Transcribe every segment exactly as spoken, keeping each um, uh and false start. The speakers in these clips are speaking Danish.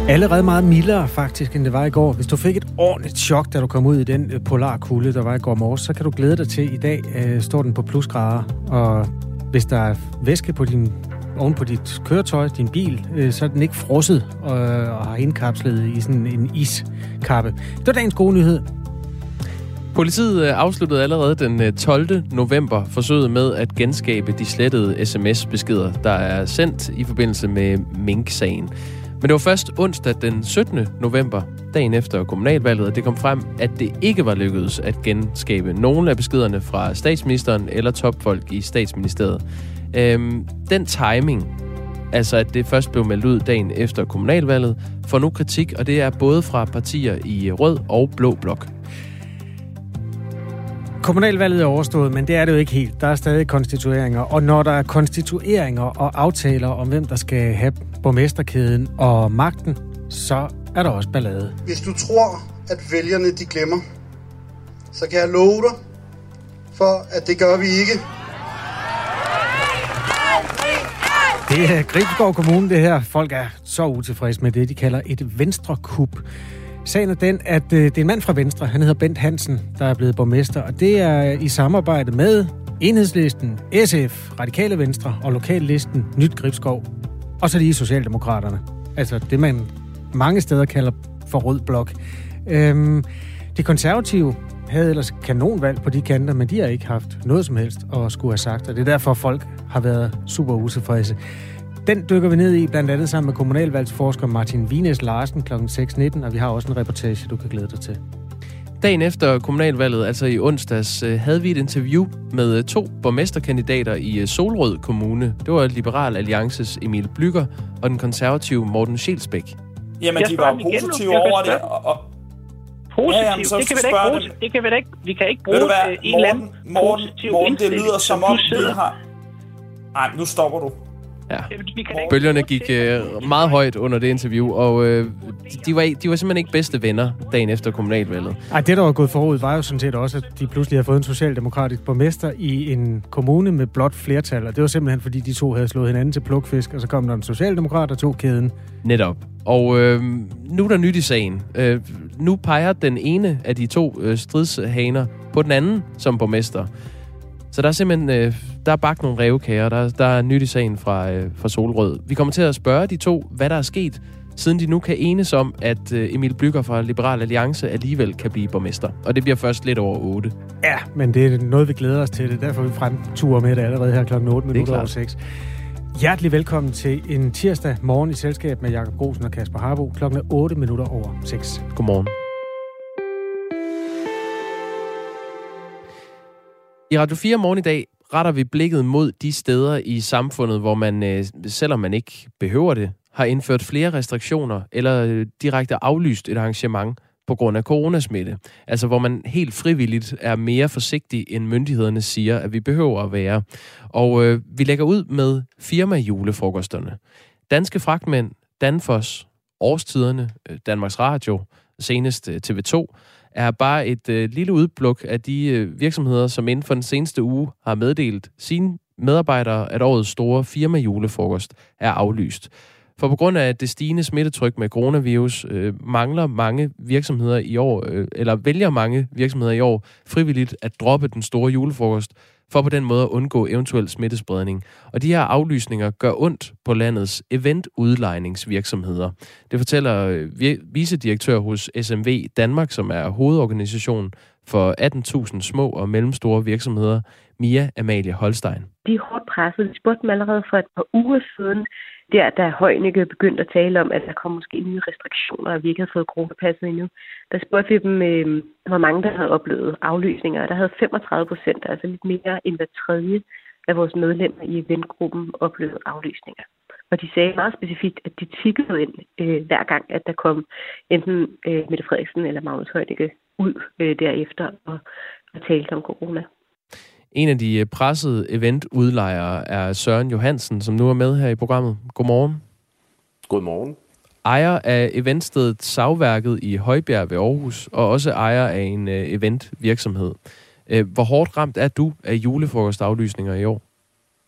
Allerede meget mildere faktisk, end det var i går. Hvis du fik et ordentligt chok, da du kom ud i den polarkulde, der var i går morges, så kan du glæde dig til. I dag øh, står den på plusgrader, og hvis der er væske på din, oven på dit køretøj, din bil, øh, så er den ikke frosset og, og har indkapslet i sådan en iskappe. Det var dagens gode nyhed. Politiet afsluttede allerede den tolvte november forsøget med at genskabe de slettede sms-beskeder, der er sendt i forbindelse med Mink-sagen. Men det var først onsdag den syttende november, dagen efter kommunalvalget, at det kom frem, at det ikke var lykkedes at genskabe nogle af beskederne fra statsministeren eller topfolk i statsministeriet. Øhm, den timing, altså at det først blev meldt ud dagen efter kommunalvalget, får nu kritik, og det er både fra partier i rød og blå blok. Kommunalvalget er overstået, men det er det jo ikke helt. Der er stadig konstitueringer, og når der er konstitueringer og aftaler om, hvem der skal have borgmesterkæden og magten, så er der også ballade. Hvis du tror, at vælgerne de glemmer, så kan jeg love dig for, at det gør vi ikke. Det er Gribskov Kommune, det her. Folk er så utilfredse med det, de kalder et venstrekup. Sagen er den, at øh, det er en mand fra Venstre, han hedder Bent Hansen, der er blevet borgmester, og det er i samarbejde med Enhedslisten, S F, Radikale Venstre og Lokallisten Nyt Gribskov, og så lige Socialdemokraterne. Altså det, man mange steder kalder for rød blok. Øhm, de konservative havde ellers kanonvalg på de kanter, men de har ikke haft noget som helst at skulle have sagt, og det er derfor, folk har været super utilfredse. Den dykker vi ned i, blandt andet sammen med kommunalvalgsforsker Martin Wienes Larsen klokken seks nitten, og vi har også en reportage, du kan glæde dig til. Dagen efter kommunalvalget, altså i onsdags, havde vi et interview med to borgmesterkandidater i Solrød Kommune. Det var Liberal Alliances Emil Blücher og den konservative Morten Schelsbæk. Jamen, de var positive over det. Og, og... Positivt, ja, jamen, det, kan vi da ikke bruge, det kan vi da ikke, vi kan ikke bruge hvad, en eller anden positiv Morten, det lyder som om, vi har... Nej, nu stopper du. Ja. Bølgerne gik øh, meget højt under det interview, og øh, de, var, de var simpelthen ikke bedste venner dagen efter kommunalvalget. Ej, det der var gået forud, var jo sådan set også, at de pludselig har fået en socialdemokratisk borgmester i en kommune med blot flertal, og det var simpelthen, fordi de to havde slået hinanden til plukfisk, og så kom der en socialdemokrat og tog kæden. Netop. Og øh, nu er der nyt i sagen. Øh, nu peger den ene af de to øh, stridshaner på den anden som borgmester. Så der er simpelthen øh, der er bagt nogle rævekager, der, der er nyt i sagen fra, øh, fra Solrød. Vi kommer til at spørge de to, hvad der er sket, siden de nu kan enes om, at øh, Emil Blücher fra Liberal Alliance alligevel kan blive borgmester. Og det bliver først lidt over otte. Ja, men det er noget, vi glæder os til. Det derfor vi fremturer med det allerede her klokken otte minutter over seks. Hjertelig velkommen til en tirsdag morgen i selskab med Jakob Grosen og Kasper Harbo. Klokken er otte minutter over seks. Godmorgen. I Radio fire morgen i dag retter vi blikket mod de steder i samfundet, hvor man, selvom man ikke behøver det, har indført flere restriktioner eller direkte aflyst et arrangement på grund af coronasmitte. Altså hvor man helt frivilligt er mere forsigtig, end myndighederne siger, at vi behøver at være. Og øh, vi lægger ud med firma-julefrokosterne. Danske fragtmænd, Danfoss, Årstiderne, Danmarks Radio, senest T V to, er bare et øh, lille udpluk af de øh, virksomheder, som inden for den seneste uge har meddelt sine medarbejdere, at årets store firma-julefrokost er aflyst. For på grund af det stigende smittetryk med coronavirus, øh, mangler mange virksomheder i år, øh, eller vælger mange virksomheder i år frivilligt at droppe den store julefrokost, for på den måde at undgå eventuel smittespredning. Og de her aflysninger gør ondt på landets eventudlejningsvirksomheder. Det fortæller øh, vicedirektør hos S M V Danmark, som er hovedorganisation for atten tusind små og mellemstore virksomheder, Mia Amalie Holstein. De er hårdt presset. Vi spurgte dem allerede for et par uger siden, der, da Højnække begyndte at tale om, at der kom måske nye restriktioner, og vi ikke havde fået coronapasset endnu. Der spurgte vi dem, øh, hvor mange der havde oplevet aflysninger, og der havde femogtredive procent, altså lidt mere end hver tredje af vores medlemmer i eventgruppen oplevet aflysninger. Og de sagde meget specifikt, at de tikkede ind øh, hver gang, at der kom enten øh, Mette Frederiksen eller Magnus Heunicke ud øh, derefter og, og talte om corona. En af de pressede eventudlejere er Søren Johansen, som nu er med her i programmet. Godmorgen. Godmorgen. Ejer af eventstedet Savværket i Højbjerg ved Aarhus, og også ejer af en eventvirksomhed. Hvor hårdt ramt er du af julefrokostaflysninger i år?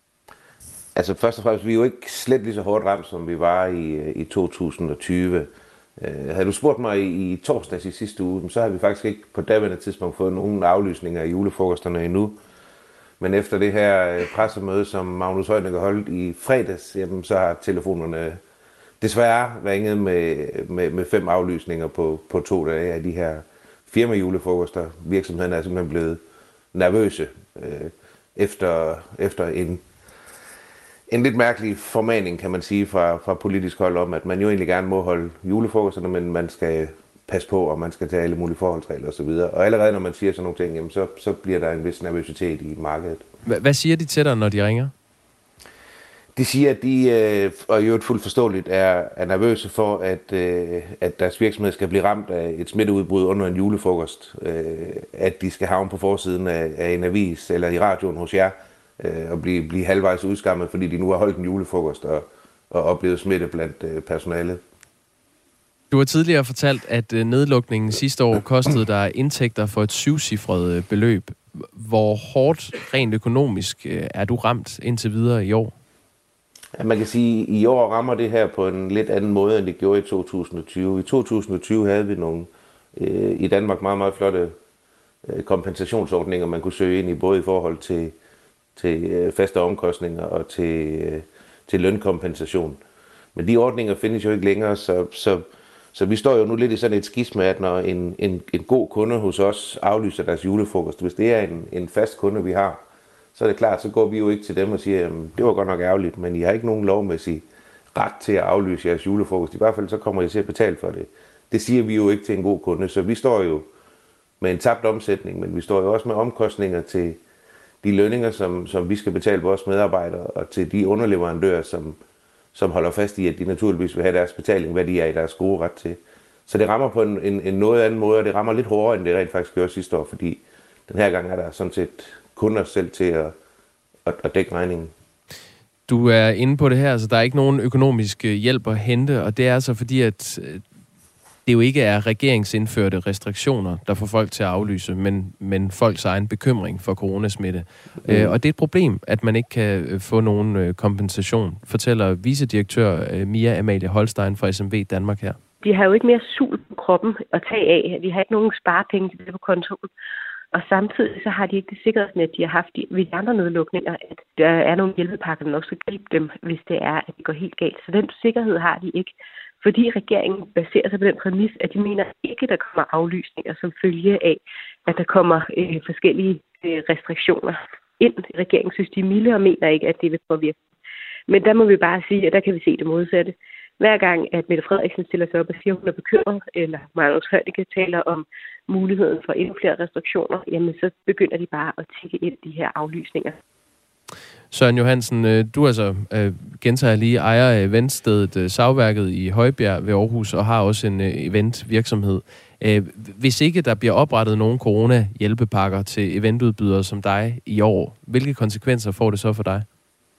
Altså først og fremmest, vi er jo ikke slet lige så hårdt ramt, som vi var i, i to tusind og tyve. Øh, havde du spurgt mig i, i torsdags i sidste uge, så har vi faktisk ikke på daværende tidspunkt fået nogen aflysninger af julefrokosterne endnu. Men efter det her pressemøde, som Magnus Heunicke holdt i fredags, jamen, så har telefonerne desværre ringet med, med, med fem aflysninger på, på to dage af de her firma-julefrokoster. Virksomhederne er simpelthen blevet nervøse øh, efter, efter en, en lidt mærkelig formaning, kan man sige, fra, fra politisk hold om, at man jo egentlig gerne må holde julefrokosterne, men man skal passe på, og man skal tage alle mulige forholdsregler osv. Og allerede når man siger sådan nogle ting, jamen, så, så bliver der en vis nervøsitet i markedet. Hvad siger de til dig, når de ringer? De siger, at de, øh, og jo et fuldt forståeligt, er, er nervøse for, at, øh, at deres virksomhed skal blive ramt af et smitteudbrud under en julefrokost. Øh, at de skal havne på forsiden af, af en avis eller i radioen hos jer øh, og blive, blive halvvejs udskammet, fordi de nu har holdt en julefrokost og, og oplevet smitte blandt øh, personalet. Du har tidligere fortalt, at nedlukningen sidste år kostede dig indtægter for et syvcifret beløb. Hvor hårdt rent økonomisk er du ramt indtil videre i år? Ja, man kan sige, at i år rammer det her på en lidt anden måde, end det gjorde i to tusind og tyve. I to tusind og tyve havde vi nogle øh, i Danmark meget, meget flotte øh, kompensationsordninger, man kunne søge ind i, både i forhold til, til øh, faste omkostninger og til, øh, til lønkompensation. Men de ordninger findes jo ikke længere, så, så, så vi står jo nu lidt i sådan et skisma, at når en, en, en god kunde hos os aflyser deres julefrokost, hvis det er en, en fast kunde, vi har, så er det klart, så går vi jo ikke til dem og siger, at det var godt nok ærgerligt, men I har ikke nogen lovmæssig ret til at aflyse jeres julefrokost. I hvert fald så kommer I til at betale for det. Det siger vi jo ikke til en god kunde, så vi står jo med en tabt omsætning, men vi står jo også med omkostninger til de lønninger, som, som vi skal betale vores medarbejdere, og til de underleverandører, som, som holder fast i, at de naturligvis vil have deres betaling, hvad de er i deres gode ret til. Så det rammer på en, en, en noget anden måde, og det rammer lidt hårdere, end det rent faktisk gjorde sidste år, fordi den her gang er der sådan set kun os selv til at, at, at dække regningen. Du er inde på det her, så der er ikke nogen økonomisk hjælp at hente, og det er altså fordi, at det jo ikke er regeringsindførte restriktioner, der får folk til at aflyse, men, men folks egen bekymring for coronasmitte. Mm. Øh, og det er et problem, at man ikke kan få nogen kompensation, fortæller vicedirektør Mia Amalie Holstein fra S M V Danmark her. De har jo ikke mere sul på kroppen at tage af. De har ikke nogen sparepenge til det på kontoen. Og samtidig så har de ikke det sikkerhedsnet, de har haft ved de andre nedlukninger, at der er nogle hjælpepakker, der nok skal gribe dem, hvis det er, at det går helt galt. Så den sikkerhed har de ikke, fordi regeringen baserer sig på den præmis, at de mener ikke, der kommer aflysninger som følge af, at der kommer øh, forskellige øh, restriktioner ind. Regeringen synes, de er milde og mener ikke, at det vil påvirke. Men der må vi bare sige, at der kan vi se det modsatte. Hver gang, at Mette Frederiksen stiller sig op og siger, hun er bekymret, eller Magnus Heunicke taler om muligheden for endnu flere restriktioner, jamen så begynder de bare at tikke ind de her aflysninger. Søren Johansen, du altså, øh, gentager lige, ejer af eventstedet Savværket i Højbjerg ved Aarhus, og har også en øh, eventvirksomhed. Øh, hvis ikke der bliver oprettet nogle corona-hjælpepakker til eventudbydere som dig i år, hvilke konsekvenser får det så for dig?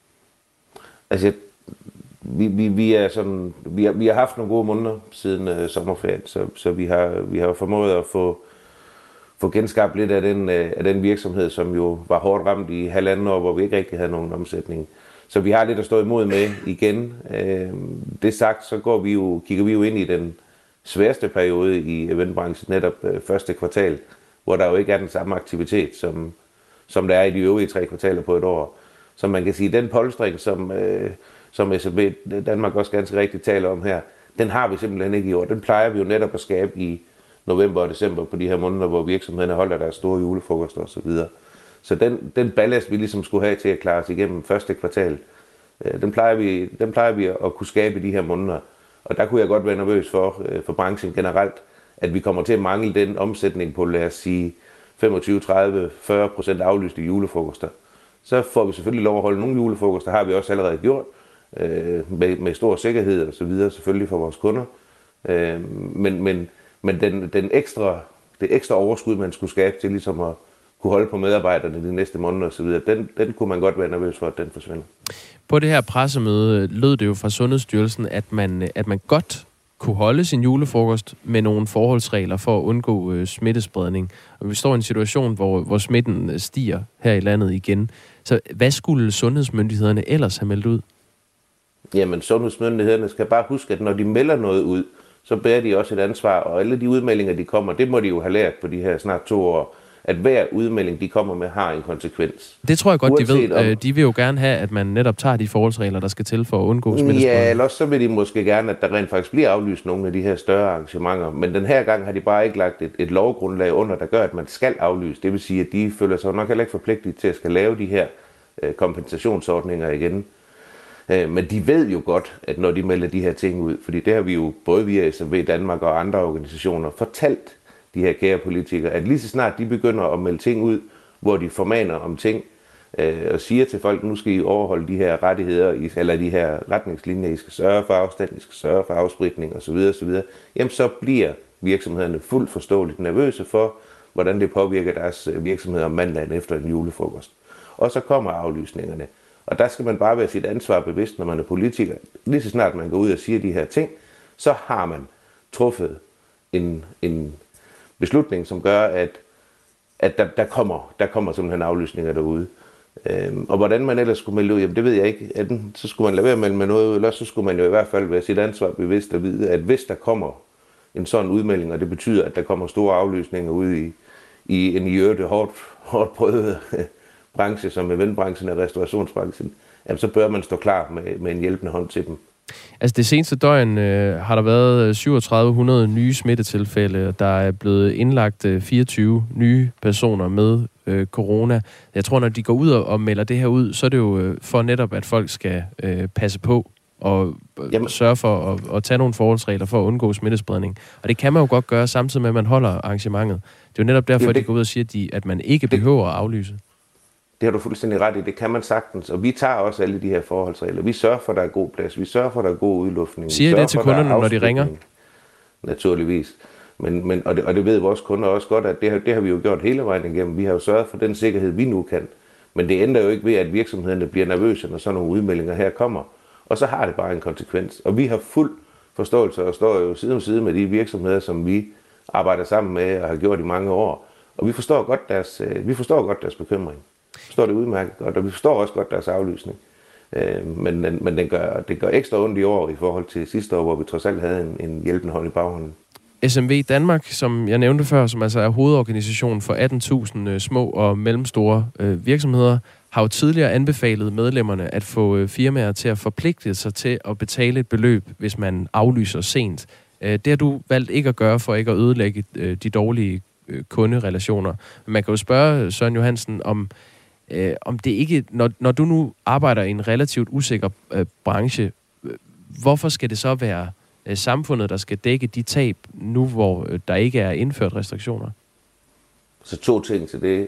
Altså, Vi, vi, vi, er sådan, vi, har, vi har haft nogle gode måneder siden øh, sommerferien, så, så vi har, vi har formået at få, få genskabt lidt af den, øh, af den virksomhed, som jo var hårdt ramt i halvanden år, hvor vi ikke rigtig havde nogen omsætning. Så vi har lidt at stå imod med igen. Øh, det sagt, så går vi jo, kigger vi jo ind i den sværeste periode i eventbranchen, netop øh, første kvartal, hvor der jo ikke er den samme aktivitet, som, som der er i de øvrige tre kvartaler på et år. Så man kan sige, den polstring, som... Øh, som S M V Danmark også ganske rigtigt taler om her, den har vi simpelthen ikke i år. Den plejer vi jo netop at skabe i november og december på de her måneder, hvor virksomhederne holder deres store julefrokoster osv. Så den, den ballast, vi ligesom skulle have til at klare os igennem første kvartal, den plejer vi, den plejer vi at kunne skabe i de her måneder. Og der kunne jeg godt være nervøs for, for branchen generelt, at vi kommer til at mangle den omsætning på, lad os sige, femogtyve, tredive, fyrre procent aflyste julefrokoster. Så får vi selvfølgelig lov at holde nogle julefrokoster, har vi også allerede gjort, Med, med stor sikkerhed og så videre, selvfølgelig for vores kunder. Øh, men men, men den, den ekstra, det ekstra overskud, man skulle skabe til ligesom at kunne holde på medarbejderne de næste måneder og så videre, den, den kunne man godt være nervøs for, at den forsvinder. På det her pressemøde lød det jo fra Sundhedsstyrelsen, at man, at man godt kunne holde sin julefrokost med nogle forholdsregler for at undgå øh, smittespredning. Og vi står i en situation, hvor, hvor smitten stiger her i landet igen. Så hvad skulle sundhedsmyndighederne ellers have meldt ud? Jamen, sundhedsmyndighederne skal bare huske, at når de melder noget ud, så bærer de også et ansvar, og alle de udmeldinger, de kommer, det må de jo have lært på de her snart to år, at hver udmelding, de kommer med, har en konsekvens. Det tror jeg godt, Uanset de ved. Om... De vil jo gerne have, at man netop tager de forholdsregler, der skal til for at undgå smittespredning. Ja, eller også så vil de måske gerne, at der rent faktisk bliver aflyst nogle af de her større arrangementer. Men den her gang har de bare ikke lagt et, et lovgrundlag under, der gør, at man skal aflyse. Det vil sige, at de føler sig nok heller ikke forpligtet til at skal lave de her øh, kompensationsordninger igen. Øh, men de ved jo godt, at når de melder de her ting ud, fordi det har vi jo både via S M V Danmark og andre organisationer fortalt de her kære politikere, at lige så snart de begynder at melde ting ud, hvor de formaner om ting, øh, og siger til folk, nu skal I overholde de her rettigheder, eller de her retningslinjer, I skal sørge for afstand, I skal sørge for afspritning osv., osv., jamen så bliver virksomhederne fuldt forståeligt nervøse for, hvordan det påvirker deres virksomheder om mandagen efter en julefrokost. Og så kommer aflysningerne. Og der skal man bare være sit ansvar bevidst, når man er politiker. Lige så snart man går ud og siger de her ting, så har man truffet en, en beslutning, som gør, at, at der, der, kommer, der kommer simpelthen aflysninger derude. Øhm, og hvordan man ellers skulle melde ud, jamen det ved jeg ikke. Enten så skulle man lade være med at melde med noget ud, eller så skulle man jo i hvert fald være sit ansvar bevidst og vide, at hvis der kommer en sådan udmelding, og det betyder, at der kommer store aflysninger ud i, i en i øvrigt hårdt, hårdt prøvet branche, som eventbranchen og restaurationsbranchen, jamen så bør man stå klar med, med en hjælpende hånd til dem. Altså det seneste døgn øh, har der været syvogtredive hundrede nye smittetilfælde, og der er blevet indlagt øh, fireogtyve nye personer med øh, corona. Jeg tror, når de går ud og, og melder det her ud, så er det jo øh, for netop, at folk skal øh, passe på og øh, sørge for at, at tage nogle forholdsregler for at undgå smittespredning. Og det kan man jo godt gøre, samtidig med, at man holder arrangementet. Det er jo netop derfor, at de går ud og siger, at, de, at man ikke behøver at aflyse. Det har du fuldstændig ret i, det kan man sagtens, og vi tager også alle de her forholdsregler. Vi sørger for, at der er god plads, vi sørger for, at der er god udluftning. Siger I det til kunderne, når de ringer? Naturligvis. Men, men, og, det, og det ved vores kunder også godt, at det har, det har vi jo gjort hele vejen igennem. Vi har jo sørget for den sikkerhed, vi nu kan. Men det ændrer jo ikke ved, at virksomhederne bliver nervøse, når sådan nogle udmeldinger her kommer. Og så har det bare en konsekvens. Og vi har fuld forståelse og står jo side om side med de virksomheder, som vi arbejder sammen med og har gjort i mange år. Og vi forstår godt deres, vi forstår godt deres bekymring. Vi forstår det udmærket godt, og vi forstår også godt deres aflysning. Øh, men men den gør, det gør ekstra ondt i år i forhold til sidste år, hvor vi trods alt havde en, en hjælpende hånd i baghånden. S M V Danmark, som jeg nævnte før, som altså er hovedorganisationen for atten tusind små og mellemstore øh, virksomheder, har jo tidligere anbefalet medlemmerne at få øh, firmaer til at forpligte sig til at betale et beløb, hvis man aflyser sent. Øh, det har du valgt ikke at gøre for ikke at ødelægge øh, de dårlige øh, kunderelationer. Men man kan jo spørge Søren Johansen om, øh, om det ikke, når, når du nu arbejder i en relativt usikker øh, branche, øh, hvorfor skal det så være øh, samfundet, der skal dække de tab, nu hvor øh, der ikke er indført restriktioner? Så to ting til det.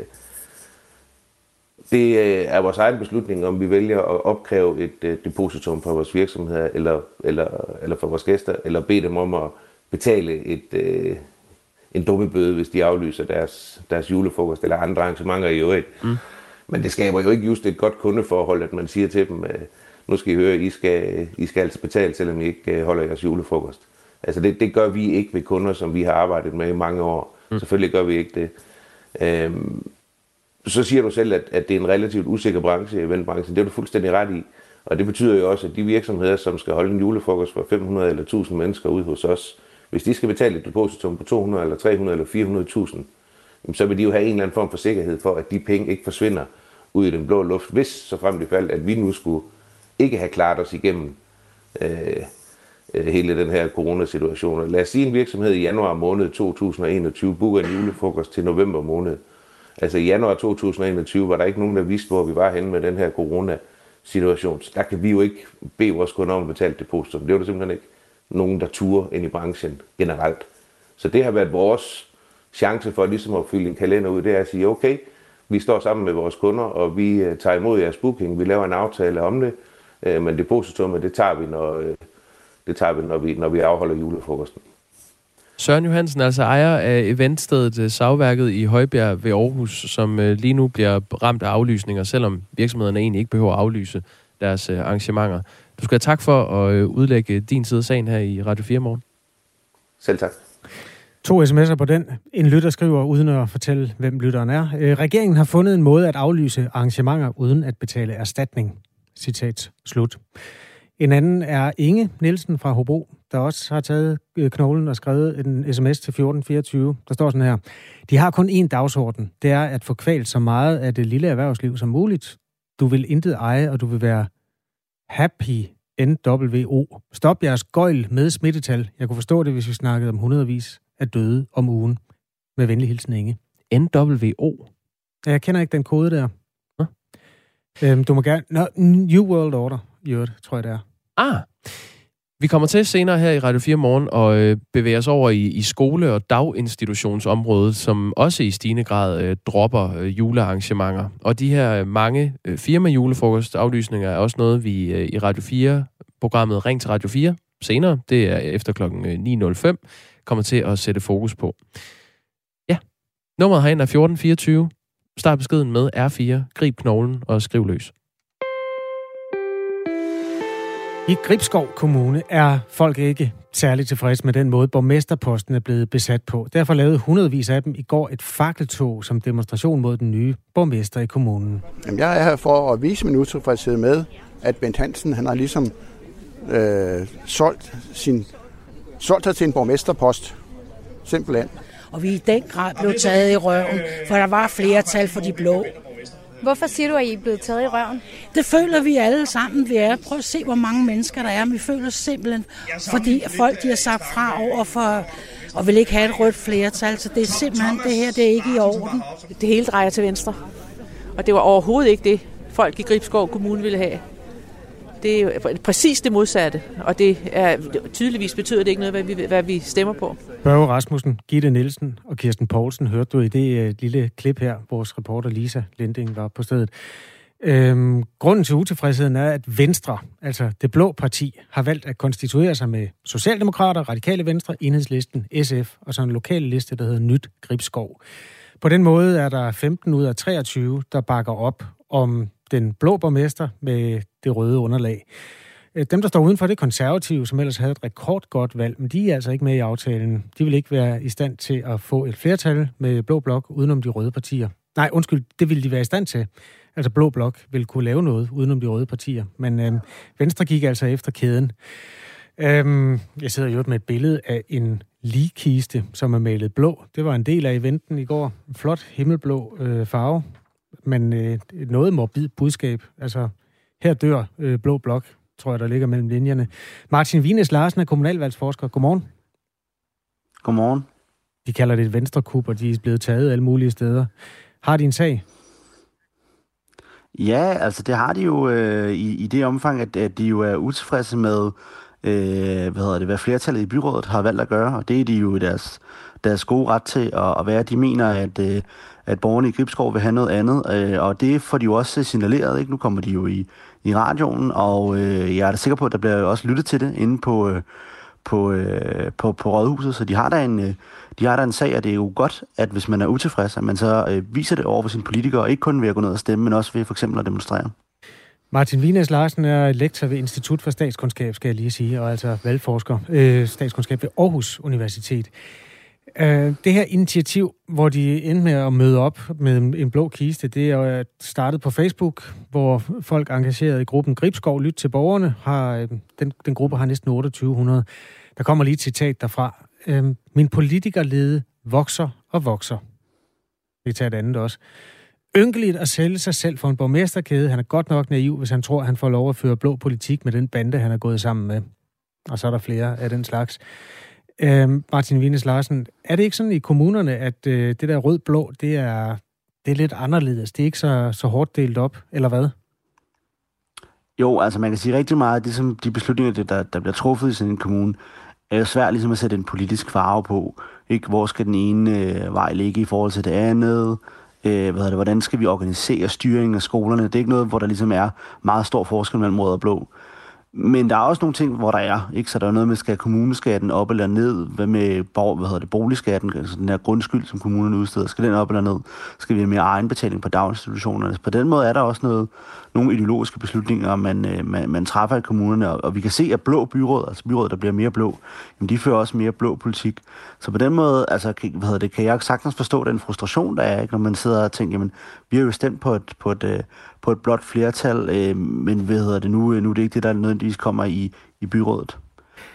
Det er vores egen beslutning, om vi vælger at opkræve et depositum for vores virksomheder, eller, eller, eller for vores gæster, eller bede dem om at betale et, en dummebøde, hvis de aflyser deres, deres julefrokost eller andre arrangementer i øvrigt. Mm. Men det skaber jo ikke just et godt kundeforhold, at man siger til dem, nu skal I høre, I skal, I skal altså betale, selvom I ikke holder jeres julefrokost. Altså det, det gør vi ikke ved kunder, som vi har arbejdet med i mange år. Mm. Selvfølgelig gør vi ikke det. Øhm, så siger du selv, at, at det er en relativt usikker branche, eventbranchen. Det er du fuldstændig ret i. Og det betyder jo også, at de virksomheder, som skal holde en julefrokost for fem hundrede eller tusind mennesker ude hos os, hvis de skal betale et depositum på to hundrede eller tre hundrede eller fire hundrede tusind, så vil de jo have en eller anden form for sikkerhed for, at de penge ikke forsvinder ud i den blå luft, hvis så frem til fald, at vi nu skulle ikke have klaret os igennem øh, hele den her coronasituation. Lad os sige, en virksomhed i januar måned to tusind og enogtyve booker en julefrokost til november måned. Altså i januar to tusind og enogtyve var der ikke nogen, der vidste, hvor vi var henne med den her coronasituation. Der kan vi jo ikke bede vores kunder om at betale depositum. Det var der simpelthen ikke nogen, der turer ind i branchen generelt. Så det har været vores chance for ligesom at fylde en kalender ud, det er at sige, okay, vi står sammen med vores kunder, og vi tager imod jeres booking, vi laver en aftale om det, men depositummet, det tager vi, når, det tager vi, når, vi, når vi afholder julefrokosten. Søren Johansen, altså ejer af eventstedet Savværket i Højbjerg ved Aarhus, som lige nu bliver ramt af aflysninger, selvom virksomhederne egentlig ikke behøver at aflyse deres arrangementer. Du skal have tak for at udlægge din side af sagen her i Radio fire Morgen. Selv tak. To sms'er på den. En lytter skriver, uden at fortælle, hvem lytteren er. Regeringen har fundet en måde at aflyse arrangementer uden at betale erstatning. Citat slut. En anden er Inge Nielsen fra Hobro. der også har taget knoglen og skrevet en sms til fjorten fireogtyve. Der står sådan her: de har kun én dagsorden. Det er at få kvalt så meget af det lille erhvervsliv som muligt. Du vil intet eje, og du vil være happy N W O. Stop jeres gøjl med smittetal. Jeg kunne forstå det, hvis vi snakkede om hundredvis af døde om ugen. Med venlig hilsen, Inge. N W O? Ja, jeg kender ikke den kode der. Huh? Øhm, du må gerne... Nå, New World Order, i øvrigt, tror jeg det er. Ah, vi kommer til senere her i Radio fire Morgen og øh, bevæge os over i, i skole- og daginstitutionsområdet, som også i stigende grad øh, dropper øh, julearrangementer. Og de her øh, mange øh, firma-julefrokostaflysninger er også noget, vi øh, i Radio fire-programmet Ring til Radio fire senere, det er efter klokken ni nul fem, kommer til at sætte fokus på. Ja, nummeret herind er fjorten fireogtyve. Start beskeden med R fire. Grib knoglen og skriv løs. I Gribskov Kommune er folk ikke særligt tilfredse med den måde, borgmesterposten er blevet besat på. Derfor lavede hundredvis af dem i går et fakkeltog som demonstration mod den nye borgmester i kommunen. Jamen, jeg er her for at vise min utilfredshed med, at Bent Hansen han har ligesom øh, solgt, sin, solgt sig til en borgmesterpost. Simpelthen. Og vi i den grad blev taget i røven, for der var flertal for de blå. Hvorfor siger du, at I er blevet taget i røven? Det føler vi alle sammen, vi er. Prøv at se, hvor mange mennesker der er. Vi føler simpelthen, fordi folk de har sagt fra over for, og vil ikke have et rødt flertal. Så det er simpelthen, det her, det er ikke i orden. Det hele drejer til venstre. Og det var overhovedet ikke det, folk i Gribskov Kommune ville have. Det er præcis det modsatte, og det er tydeligvis betyder det ikke noget, hvad vi, hvad vi stemmer på. Børge Rasmussen, Gitte Nielsen og Kirsten Poulsen hørte du i det uh, lille klip her, vores reporter Lisa Linding var på stedet. Øhm, grunden til utilfredsheden er, at Venstre, altså det blå parti, har valgt at konstituere sig med Socialdemokrater, Radikale Venstre, Enhedslisten, S F og så en lokal liste, der hedder Nyt Gribskov. På den måde er der femten ud af treogtyve, der bakker op om den blå borgmester med det røde underlag. Dem, der står udenfor, det er konservative, som ellers havde et rekordgodt valg, men de er altså ikke med i aftalen. De vil ikke være i stand til at få et flertal med blå blok udenom de røde partier. Nej, undskyld, det ville de være i stand til. Altså blå blok ville kunne lave noget udenom de røde partier. Men øh, Venstre gik altså efter kæden. Øh, jeg sidder jo med et billede af en ligkiste, som er malet blå. Det var en del af eventen i går. En flot himmelblå øh, farve. Men øh, noget morbid budskab. Altså, her dør øh, blå blok, tror jeg, der ligger mellem linjerne. Martin Wienes Larsen er kommunalvalgsforsker. Godmorgen. Godmorgen. De kalder det et venstrekup, og de er blevet taget alle mulige steder. Har de en sag? Ja, altså det har de jo øh, i, i det omfang, at, at de jo er utilfredse med, øh, hvad hedder det, hvad flertallet i byrådet har valgt at gøre, og det er de jo i deres, deres gode ret til at, at være. De mener, at, øh, at borgerne i Gribskov vil have noget andet, øh, og det får de jo også signaleret, ikke? Nu kommer de jo i, i radioen, og øh, jeg er da sikker på, at der bliver også lyttet til det inde på, øh, på, øh, på, på Rådhuset, så de har da en... Øh, De har der en sag, og det er jo godt, at hvis man er utilfreds, at man så øh, viser det over for sine politikere, ikke kun ved at gå ned og stemme, men også ved for eksempel at demonstrere. Martin Wienes Larsen er lektor ved Institut for Statskundskab, skal jeg lige sige, og altså valgforsker, øh, statskundskab ved Aarhus Universitet. Øh, det her initiativ, hvor de endte med at møde op med en blå kiste, det er startet på Facebook, hvor folk engageret i gruppen Gribskov Lyt til borgerne, har, øh, den, den gruppe har næsten otteogtyve hundrede. Der kommer lige et citat derfra. Øhm, min politikerlede vokser og vokser. Vi tager et andet også. Ynkeligt at sælge sig selv for en borgmesterkæde. Han er godt nok naiv, hvis han tror, han får lov at føre blå politik med den bande, han er gået sammen med. Og så er der flere af den slags. Øhm, Martin Wienes Larsen, er det ikke sådan i kommunerne, at øh, det der rød-blå, det er, det er lidt anderledes? Det er ikke så, så hårdt delt op, eller hvad? Jo, altså man kan sige rigtig meget, at det som de beslutninger, der, der bliver truffet i sådan en kommune, er jo svært ligesom at sætte en politisk farve på. Ikke? Hvor skal den ene øh, vej ligge i forhold til det andet? Øh, hvad hedder det? Hvordan skal vi organisere styringen af skolerne? Det er ikke noget, hvor der ligesom er meget stor forskel mellem rød og blå. Men der er også nogle ting, hvor der er. Ikke? Så der er noget med, skal kommuneskatten op eller ned? Hvad med hvad hedder det, boligskatten? Altså den her grundskyld, som kommunerne udsteder. Skal den op eller ned? Skal vi have mere egenbetaling på daginstitutionerne? På den måde er der også noget, nogle ideologiske beslutninger, man, man, man træffer i kommunerne. Og vi kan se, at blå byråd, altså byråd, der bliver mere blå, jamen de fører også mere blå politik. Så på den måde altså, hvad hedder det, kan jeg sagtens forstå den frustration, der er, ikke? Når man sidder og tænker, jamen, vi har jo stemt på et, på et, på et blåt flertal, øh, men hvad hedder det nu, nu er det ikke det, der nødvendigvis kommer i, i byrådet.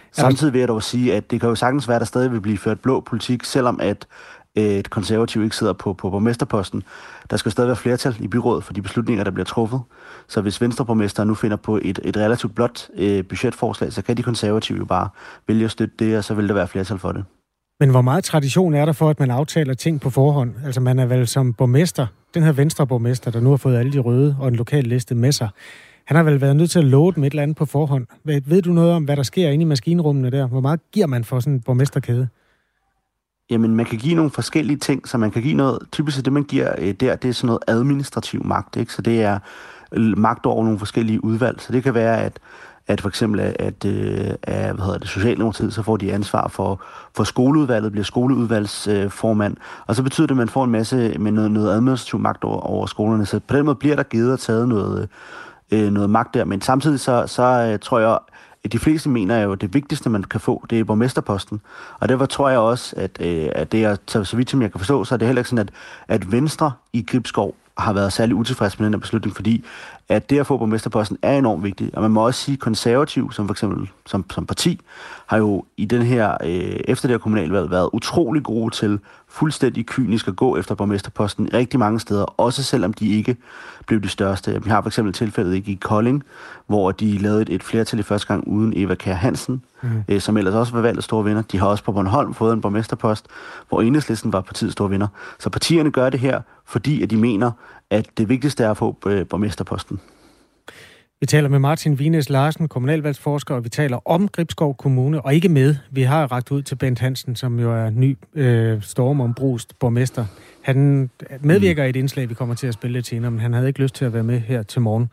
Samtidig vil jeg dog sige, at det kan jo sagtens være, at der stadig vil blive ført blå politik, selvom at et konservativ ikke sidder på, på borgmesterposten. Der skal stadig være flertal i byrådet for de beslutninger, der bliver truffet. Så hvis Venstreborgmester nu finder på et, et relativt blot øh, budgetforslag, så kan de konservative jo bare vælge at støtte det, og så vil der være flertal for det. Men hvor meget tradition er der for, at man aftaler ting på forhånd? Altså man er vel som borgmester, den her Venstreborgmester, der nu har fået alle de røde og en lokal liste med sig, han har vel været nødt til at love dem et eller andet på forhånd. Ved, ved du noget om, hvad der sker inde i maskinrummene der? Hvor meget giver man for sådan en borgmesterkæde? Jamen, man kan give nogle forskellige ting, så man kan give noget, typisk det, man giver øh, der, det er sådan noget administrativ magt, ikke? Så det er magt over nogle forskellige udvalg. Så det kan være, at, at for eksempel, at, at, at hvad hedder det, Socialdemokratiet, så får de ansvar for, for skoleudvalget, bliver skoleudvalgsformand, øh, og så betyder det, at man får en masse med noget, noget administrativ magt over, over skolerne. Så på den måde bliver der givet og taget noget, øh, noget magt der, men samtidig så, så øh, tror jeg, de fleste mener jo, at det vigtigste, man kan få, det er borgmesterposten. Og derfor tror jeg også, at, øh, at det er, så vidt som jeg kan forstå, så er det heller ikke sådan, at, at Venstre i Gribskov har været særlig utilfreds med den her beslutning, fordi at det at få borgmesterposten er enormt vigtigt. Og man må også sige, konservativ, som for eksempel som, som parti, har jo i den her, øh, efter det her kommunalvalg, været utrolig gode til fuldstændig kynisk at gå efter borgmesterposten rigtig mange steder, også selvom de ikke blev de største. Vi har for eksempel tilfældet ikke i Kolding, hvor de lavede et, et flertal i første gang uden Eva Kjær Hansen, mm. øh, som ellers også var valgt store vinder. De har også på Bornholm fået en borgmesterpost, hvor Enhedslisten var partiets store vinder. Så partierne gør det her, fordi at de mener, at det vigtigste er at få øh, borgmesterposten. Vi taler med Martin Wienes Larsen, kommunalvalgsforsker, og vi taler om Gribskov Kommune, og ikke med. Vi har rakt ud til Bent Hansen, som jo er ny øh, stormombrust borgmester. Han medvirker i et indslag, vi kommer til at spille lidt senere, men han havde ikke lyst til at være med her til morgen.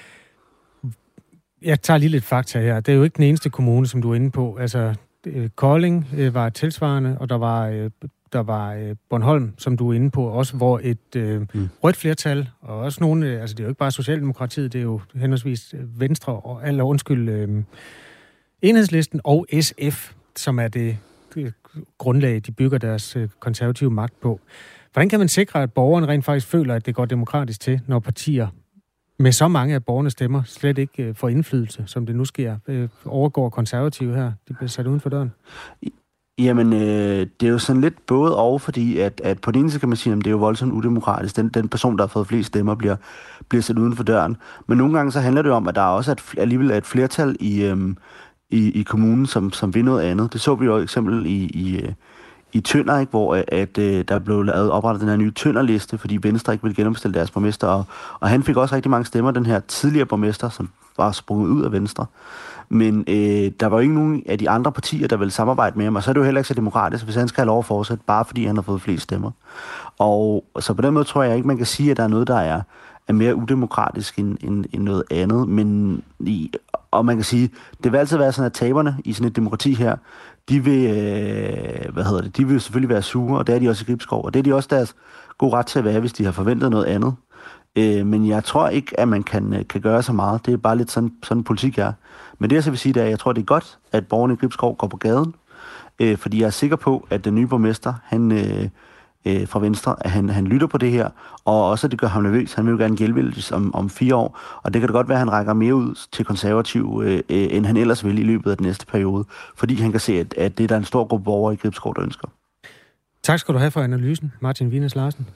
Jeg tager lige lidt fakta her. Det er jo ikke den eneste kommune, som du er inde på. Altså, øh, Kolding øh, var tilsvarende, og der var... Øh, Der var øh, Bornholm, som du er inde på, også hvor et øh, mm. rødt flertal, og også nogle, øh, altså det er jo ikke bare Socialdemokratiet, det er jo henholdsvis Venstre, og, eller undskyld, øh, Enhedslisten og S F, som er det, det grundlag, de bygger deres øh, konservative magt på. Hvordan kan man sikre, at borgerne rent faktisk føler, at det går demokratisk til, når partier med så mange af borgernes stemmer slet ikke øh, får indflydelse, som det nu sker, øh, overgår konservative her, de bliver sat uden for døren? Jamen, øh, det er jo sådan lidt både og, fordi at, at på den ene side kan man sige, at det er jo voldsomt udemokratisk. Den, den person, der har fået flest stemmer, bliver, bliver sat uden for døren. Men nogle gange så handler det om, at der også er et, alligevel er et flertal i, øhm, i, i kommunen, som, som vil noget andet. Det så vi jo eksempel i, i, i Tønder, ikke, hvor at, at, der blev lavet oprettet den her nye Tønder-liste, fordi Venstre ikke ville genopstille deres borgmester. Og, og han fik også rigtig mange stemmer, den her tidligere borgmester, som var sprunget ud af Venstre. Men øh, der var jo ikke nogen af de andre partier, der ville samarbejde med ham, og så er det jo heller ikke så demokratisk, hvis han skal have lov at fortsætte, bare fordi han har fået flest stemmer. Og så på den måde tror jeg ikke, man kan sige, at der er noget, der er, er mere udemokratisk end, end, end noget andet. Men i, og man kan sige, det vil altid være sådan, at taberne i sådan et demokrati her, de vil, øh, hvad hedder det, de vil selvfølgelig være sure, og det er de også i Gribskov, og det er de også deres god ret til at være, hvis de har forventet noget andet. Øh, men jeg tror ikke, at man kan, kan gøre så meget. Det er bare lidt sådan, sådan politik er. Men det jeg så vil sige, det er, at jeg tror, det er godt, at borgerne i Gribskov går på gaden, øh, fordi jeg er sikker på, at den nye borgmester, han øh, øh, fra Venstre, at han, han lytter på det her, og også at det gør ham nervøs. Han vil jo gerne genvælges om, om fire år, og det kan det godt være, at han rækker mere ud til konservativ, øh, øh, end han ellers vil i løbet af den næste periode, fordi han kan se, at, at det er der en stor gruppe borgere i Gribskov, der ønsker. Tak skal du have for analysen, Martin Wienes Larsen.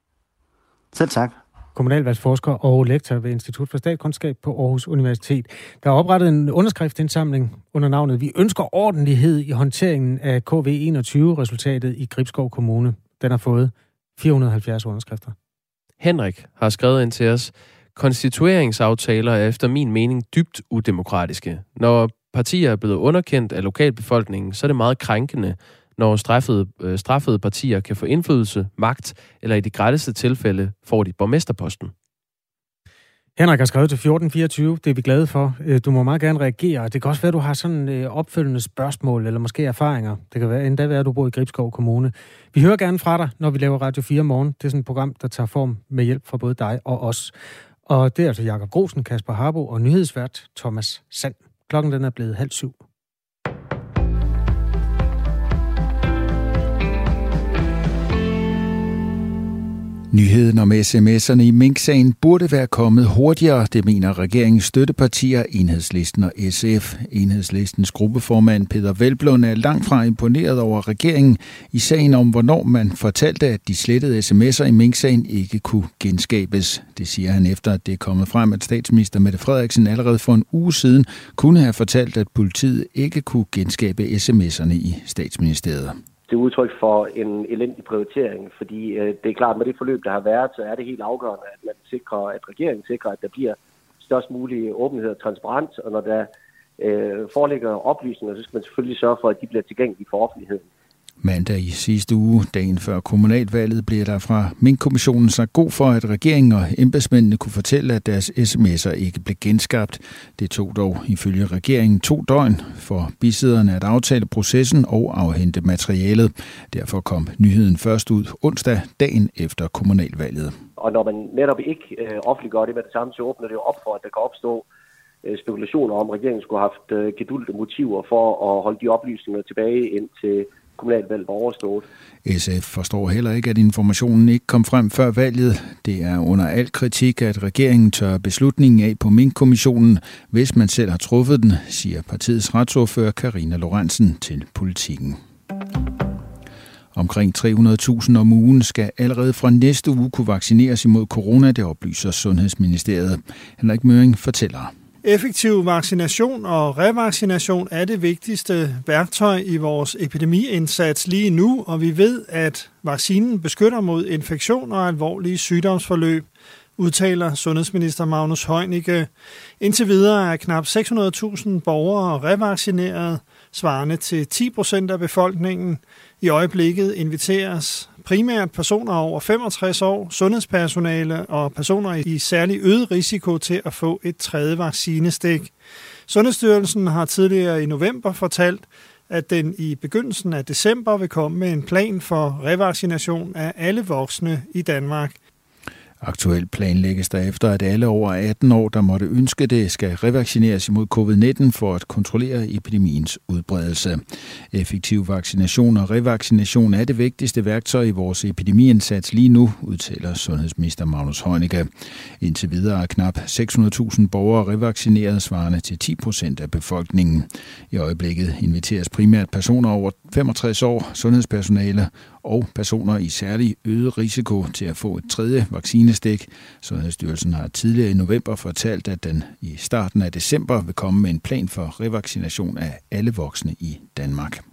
Selv tak. Kommunalvalgsforsker og lektor ved Institut for Statskundskab på Aarhus Universitet. Der er oprettet en underskriftsindsamling under navnet Vi ønsker ordentlighed i håndteringen af K V enogtyve-resultatet i Gribskov Kommune. Den har fået fire hundrede og halvfjerds underskrifter. Henrik har skrevet ind til os, konstitueringsaftaler er efter min mening dybt udemokratiske. Når partier er blevet underkendt af lokalbefolkningen, så er det meget krænkende, når straffede, øh, straffede partier kan få indflydelse, magt, eller i de grelleste tilfælde får de borgmesterposten. Henrik har skrevet til fjorten fireogtyve. Det er vi glade for. Du må meget gerne reagere. Det kan også være, at du har sådan øh, opfølgende spørgsmål, eller måske erfaringer. Det kan være, endda være, at du bor i Gribskov Kommune. Vi hører gerne fra dig, når vi laver Radio fire morgen. Det er sådan et program, der tager form med hjælp fra både dig og os. Og det er altså Jakob Grosen, Kasper Harbo og nyhedsvært Thomas Sand. Klokken den er blevet halv syv. Nyheden om sms'erne i Mink-sagen burde være kommet hurtigere, det mener regeringens støttepartier, Enhedslisten og S F. Enhedslistens gruppeformand Peder Hvelplund er langt fra imponeret over regeringen i sagen om, hvornår man fortalte, at de slettede sms'er i Mink-sagen ikke kunne genskabes. Det siger han efter, at det er kommet frem, at statsminister Mette Frederiksen allerede for en uge siden kunne have fortalt, at politiet ikke kunne genskabe sms'erne i statsministeriet. Det er udtryk for en elendig prioritering, fordi øh, det er klart, med det forløb, der har været, så er det helt afgørende, at man sikrer, at regeringen sikrer, at der bliver størst mulig åbenhed og transparens, og når der øh, foreligger oplysninger, så skal man selvfølgelig sørge for, at de bliver tilgængelige for offentligheden. Mandag i sidste uge, dagen før kommunalvalget, blev der fra Mink-kommissionen sagt god for, at regeringen og embedsmændene kunne fortælle, at deres sms'er ikke blev genskabt. Det tog dog ifølge regeringen to døgn for bisidderne at aftale processen og afhente materialet. Derfor kom nyheden først ud onsdag, dagen efter kommunalvalget. Og når man netop ikke øh, offentliggør det med det samme, så åbner det jo op for, at der kan opstå øh, spekulationer om, at regeringen skulle have haft øh, gedulte motiver for at holde de oplysninger tilbage ind til kommunalvalget var overstået. S F forstår heller ikke, at informationen ikke kom frem før valget. Det er under al kritik, at regeringen tør beslutningen af på Mink-kommissionen, hvis man selv har truffet den, siger partiets retsordfører Karina Lorentzen til Politikken. Omkring tre hundrede tusind om ugen skal allerede fra næste uge kunne vaccineres imod corona, det oplyser Sundhedsministeriet. Henrik Møring fortæller. Effektiv vaccination og revaccination er det vigtigste værktøj i vores epidemiindsats lige nu, og vi ved, at vaccinen beskytter mod infektion og alvorlige sygdomsforløb, udtaler sundhedsminister Magnus Heunicke. Indtil videre er knap seks hundrede tusind borgere revaccineret, svarende til ti procent af befolkningen. I øjeblikket inviteres primært personer over femogtres år, sundhedspersonale og personer i særlig øget risiko til at få et tredje vaccinestik. Sundhedsstyrelsen har tidligere i november fortalt, at den i begyndelsen af december vil komme med en plan for revaccination af alle voksne i Danmark. Aktuelt planlægges der efter, at alle over atten år, der måtte ønske det, skal revaccineres imod covid nitten for at kontrollere epidemiens udbredelse. Effektiv vaccination og revaccination er det vigtigste værktøj i vores epidemiindsats lige nu, udtaler sundhedsminister Magnus Heunicke. Indtil videre er knap seks hundrede tusind borgere revaccineret, svarende til ti procent af befolkningen. I øjeblikket inviteres primært personer over femogtres år, sundhedspersonale og personer i særlig øget risiko til at få et tredje vaccinestik. Sundhedsstyrelsen har tidligere i november fortalt, at den i starten af december vil komme med en plan for revaccination af alle voksne i Danmark.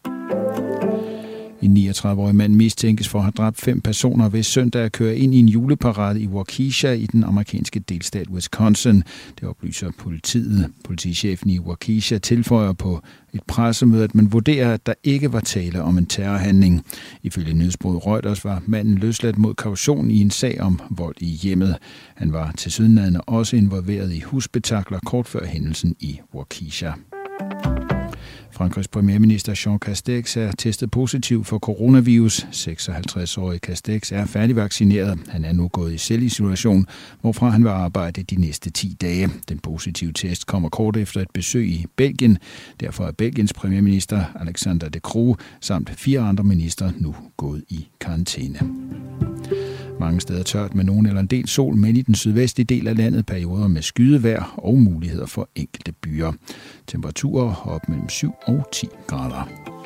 En niogtredive-årig mand mistænkes for at have dræbt fem personer ved søndag at køre ind i en juleparade i Waukesha i den amerikanske delstat Wisconsin. Det oplyser politiet. Politichefen i Waukesha tilføjer på et pressemøde, at man vurderer, at der ikke var tale om en terrorhandling. Ifølge nyhedsbureauet Reuters var manden løsladt mod kaution i en sag om vold i hjemmet. Han var tilsyneladende også involveret i husspektakler kort før hændelsen i Waukesha. Frankrigs premierminister Jean Castex er testet positiv for coronavirus. seksoghalvtreds-årige Castex er færdigvaccineret. Han er nu gået i selvisolation, hvorfra han vil arbejde de næste ti dage. Den positive test kommer kort efter et besøg i Belgien. Derfor er Belgiens premierminister Alexander De Croo samt fire andre ministre nu gået i karantæne. Mange steder tørt med nogen eller en del sol, men i den sydvestlige del af landet perioder med skydevejr og muligheder for enkelte byer. Temperaturer op mellem syv og ti grader.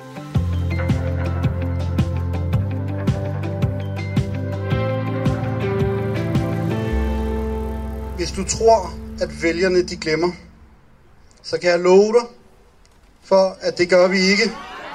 Hvis du tror, at vælgerne de glemmer, så kan jeg love dig for, at det gør vi ikke.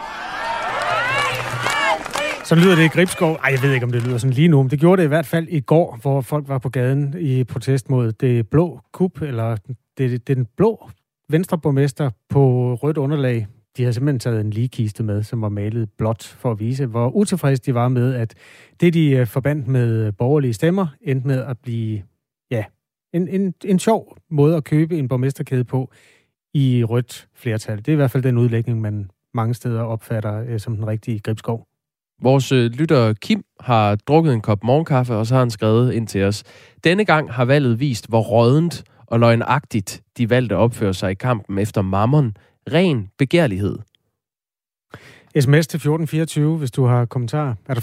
Så lyder det i Gribskov. Ej, jeg ved ikke, om det lyder sådan lige nu, men det gjorde det i hvert fald i går, hvor folk var på gaden i protest mod det blå kup, eller det, det den blå venstreborgmester på rødt underlag. De havde simpelthen taget en ligekiste med, som var malet blåt for at vise, hvor utilfredse de var med, at det, de forbandt med borgerlige stemmer, endte med at blive ja, en, en, en sjov måde at købe en borgmesterkæde på i rødt flertal. Det er i hvert fald den udlægning, man mange steder opfatter øh, som den rigtige Gribskov. Vores øh, lytter Kim har drukket en kop morgenkaffe, og så har han skrevet ind til os. Denne gang har valget vist, hvor råddent og løgnagtigt de valgte at opføre sig i kampen efter mammon. Ren begærlighed. S M S til fjorten fireogtyve, hvis du har kommentarer. Er der flere,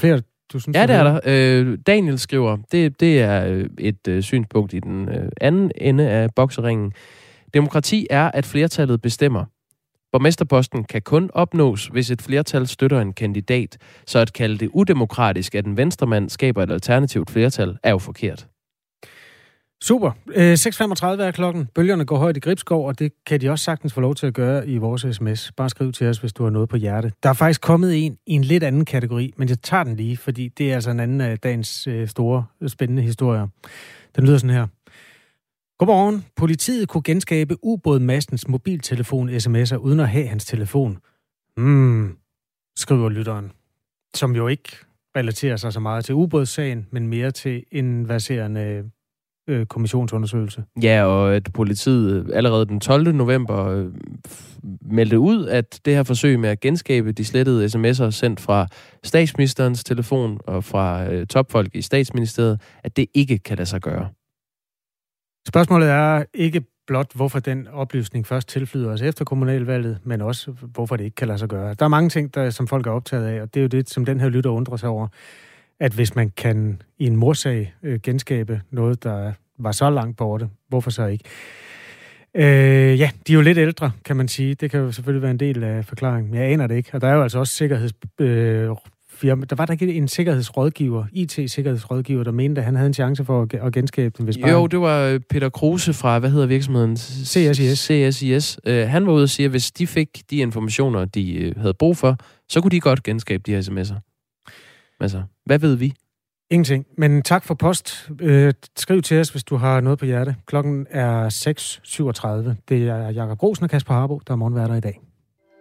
du synes? Ja, det er der. Øh, Daniel skriver, det, det er et øh, synspunkt i den øh, anden ende af bokseringen. Demokrati er, at flertallet bestemmer. Borgmesterposten kan kun opnås, hvis et flertal støtter en kandidat, så at kalde det udemokratisk, at en venstremand skaber et alternativt flertal, er jo forkert. Super. Øh, seks femogtredive er klokken. Bølgerne går højt i Gribskov, og det kan de også sagtens få lov til at gøre i vores sms. Bare skriv til os, hvis du har noget på hjerte. Der er faktisk kommet en i en lidt anden kategori, men jeg tager den lige, fordi det er altså en anden af dagens øh, store, spændende historier. Den lyder sådan her. Godmorgen. Politiet kunne genskabe ubådmastens mobiltelefon sms'er uden at have hans telefon. Hmm, skriver lytteren. Som jo ikke relaterer sig så meget til ubådssagen, men mere til en verserende øh, kommissionsundersøgelse. Ja, og at politiet allerede den tolvte november øh, meldte ud, at det her forsøg med at genskabe de slettede sms'er sendt fra statsministerens telefon og fra øh, topfolk i statsministeriet, at det ikke kan lade sig gøre. Spørgsmålet er ikke blot, hvorfor den oplysning først tilflyder os efter kommunalvalget, men også, hvorfor det ikke kan lade sig gøre. Der er mange ting, der, som folk er optaget af, og det er jo det, som den her lytter undrer sig over, at hvis man kan i en morsag øh, genskabe noget, der var så langt borte, hvorfor så ikke? Øh, ja, de er jo lidt ældre, kan man sige. Det kan jo selvfølgelig være en del af forklaringen, men jeg aner det ikke. Og der er jo altså også sikkerheds... Øh, firma. Der var der ikke en sikkerhedsrådgiver, I T-sikkerhedsrådgiver, der mente, at han havde en chance for at genskabe den, hvis bare... Jo, det var Peter Kruse fra, hvad hedder virksomheden? C S I S. C S I S. Uh, han var ude og sige, at hvis de fik de informationer, de uh, havde brug for, så kunne de godt genskabe de her sms'er. Altså, hvad ved vi? Ingenting. Men tak for post. Øh, skriv til os, hvis du har noget på hjerte. Klokken er seks syvogtredive. Det er Jakob Grosen og Kasper Harbo, der er morgenværter i dag.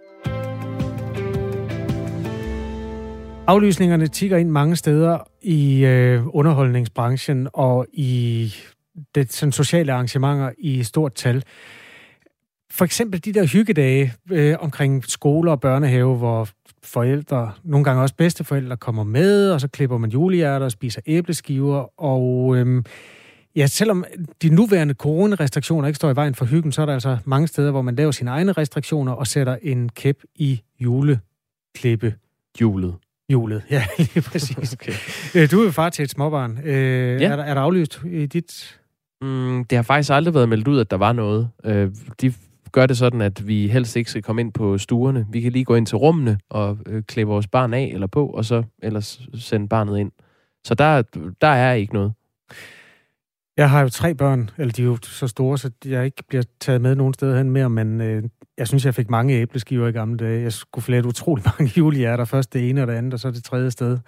Aflysningerne tikker ind mange steder i øh, underholdningsbranchen og i det, sådan, sociale arrangementer i stort tal. For eksempel de der hyggedage øh, omkring skoler og børnehave, hvor forældre, nogle gange også bedsteforældre, kommer med, og så klipper man julehjerter og spiser æbleskiver. Og øh, ja, selvom de nuværende coronarestriktioner ikke står i vejen for hyggen, så er der altså mange steder, hvor man laver sine egne restriktioner og sætter en kæp i juleklippe. Julet. Julet, ja, lige præcis. Okay. Du er jo far til et småbarn. Øh, ja. er, der, er der aflyst i dit? Mm, det har faktisk aldrig været meldt ud, at der var noget. Øh, de gør det sådan, at vi helst ikke skal komme ind på stuerne. Vi kan lige gå ind til rummene og øh, klæde vores barn af eller på, og så ellers sende barnet ind. Så der, der er ikke noget. Jeg har jo tre børn, eller de er jo så store, så jeg ikke bliver taget med nogen steder hen mere, men øh, jeg synes, jeg fik mange æbleskiver i gamle dage. Jeg skulle flette utrolig mange julehjerter. Først det ene og det andet, og så det tredje sted.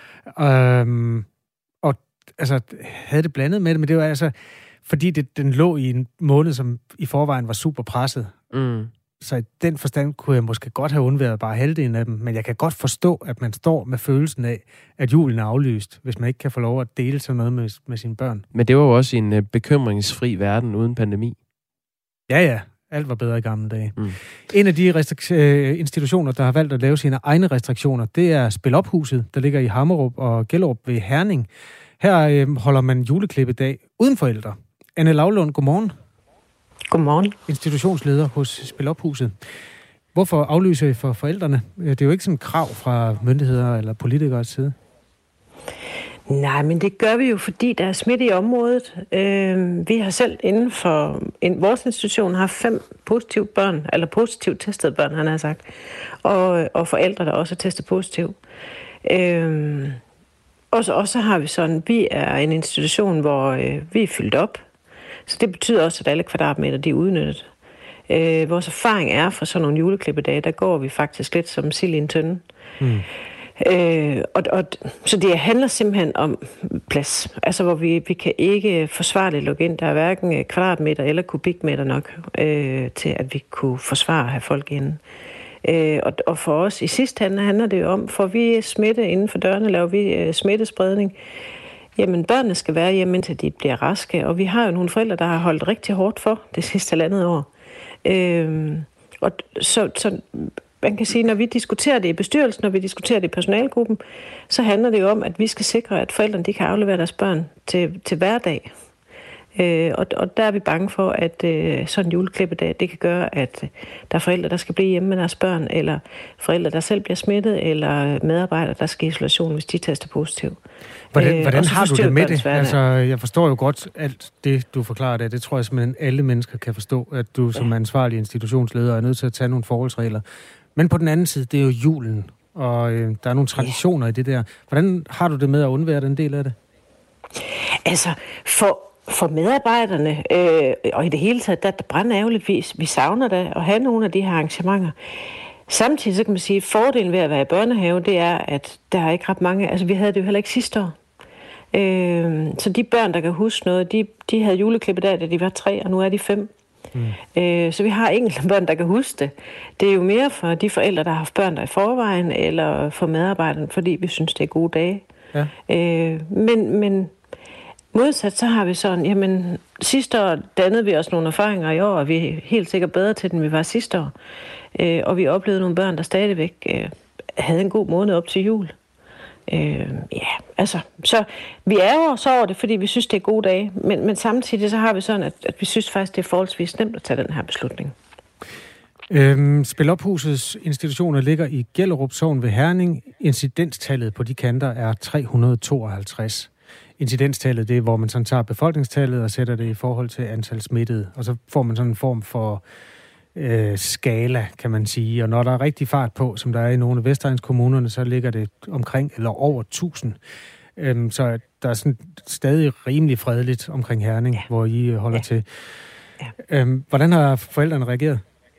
Øhm, og altså, havde det blandet med det, men det var altså, fordi det, den lå i en måned, som i forvejen var super presset. Mm. Så i den forstand kunne jeg måske godt have undværet bare halvdelen af dem, men jeg kan godt forstå, at man står med følelsen af, at julen er aflyst, hvis man ikke kan få lov at dele sådan noget med, med sine børn. Men det var jo også en uh, bekymringsfri verden uden pandemi. Ja, ja. Alt var bedre i gamle dage. Mm. En af de restrik- institutioner, der har valgt at lave sine egne restriktioner, det er Spil-Op-huset, der ligger i Hammerup og Gellerup ved Herning. Her øh, holder man juleklippedag uden forældre. Anne Lavlund, godmorgen. Godmorgen. Institutionsleder hos Spil-Op-huset. Hvorfor aflyser I for forældrene? Det er jo ikke sådan et krav fra myndigheder eller politikers side. Nej, men det gør vi jo, fordi der er smitte i området. Øh, vi har selv inden for en, vores institution har fem positive børn, eller positivt testede børn, han har sagt, og, og forældre, der også er testet positiv. Øh, og, så, og så har vi sådan, vi er en institution, hvor øh, vi er fyldt op, så det betyder også, at alle kvadratmeter, de er udnyttet. Øh, vores erfaring er fra sådan nogle juleklippedage, der går vi faktisk lidt som sild i en tønde. Mm. Øh, og, og, så det handler simpelthen om plads, altså hvor vi, vi kan ikke forsvarligt lukke ind. Der er hverken kvadratmeter eller kubikmeter nok øh, til, at vi kunne forsvare at have folk inde. Øh, og, og for os i sidste ende handler det jo om, for vi smitte inden for dørene, laver vi øh, smittespredning. Jamen børnene skal være hjemme, indtil de bliver raske, og vi har jo nogle forældre, der har holdt rigtig hårdt for det sidste halvandet år. Øh, og så... så man kan sige, når vi diskuterer det i bestyrelsen, når vi diskuterer det i personalgruppen, så handler det jo om, at vi skal sikre, at forældrene de kan aflevere deres børn til, til hverdag. Øh, og, og der er vi bange for, at øh, sådan en juleklippedag, det kan gøre, at der er forældre, der skal blive hjemme med deres børn, eller forældre, der selv bliver smittet, eller medarbejdere, der skal i isolation, hvis de tester positiv. Hvordan, øh, hvordan har du det med det? Hverdag. Altså, jeg forstår jo godt alt det, du forklarer det. Det tror jeg simpelthen, alle mennesker kan forstå, at du som ja. ansvarlig institutionsleder er nødt til at tage nogle forholdsregler. Men på den anden side, det er jo julen, og øh, der er nogle traditioner ja. i det der. Hvordan har du det med at undvære den del af det? Altså, for, for medarbejderne, øh, og i det hele taget, der, der brænder ærgerligvis. Vi savner da at have nogle af de her arrangementer. Samtidig så kan man sige, at fordelen ved at være i børnehave, det er, at der er ikke ret mange... Altså, vi havde det jo heller ikke sidste år. Øh, så de børn, der kan huske noget, de, de havde juleklippedag, da de var tre, og nu er de fem. Mm. Øh, så vi har enkelte børn, der kan huske det. Det er jo mere for de forældre, der har haft børn der i forvejen, eller for medarbejderne, fordi vi synes, det er gode dage. Ja. Øh, men, men modsat, så har vi sådan, jamen, sidste år dannede vi os nogle erfaringer i år, og vi er helt sikkert bedre til, end vi var sidste år. Øh, og vi oplevede nogle børn, der stadigvæk øh, havde en god måned op til jul. Øh, ja, altså, så vi er jo så over det, fordi vi synes, det er gode dage, men, men samtidig så har vi sådan, at, at vi synes faktisk, det er forholdsvis nemt at tage den her beslutning. Øhm, Spilophusets institutioner ligger i Gellerup Sogn ved Herning. Incidenstallet på de kanter er tre hundrede og tooghalvtreds. Incidenstallet, det er, hvor man sådan tager befolkningstallet og sætter det i forhold til antal smittede, og så får man sådan en form for øh, skala, kan man sige. Og når der er rigtig fart på, som der er i nogle af Vestegnskommunerne, så ligger det omkring eller over tusind. Øhm, så der er sådan stadig rimelig fredeligt omkring Herning, ja. hvor I holder ja. til. Ja. Øhm, hvordan har forældrene reageret?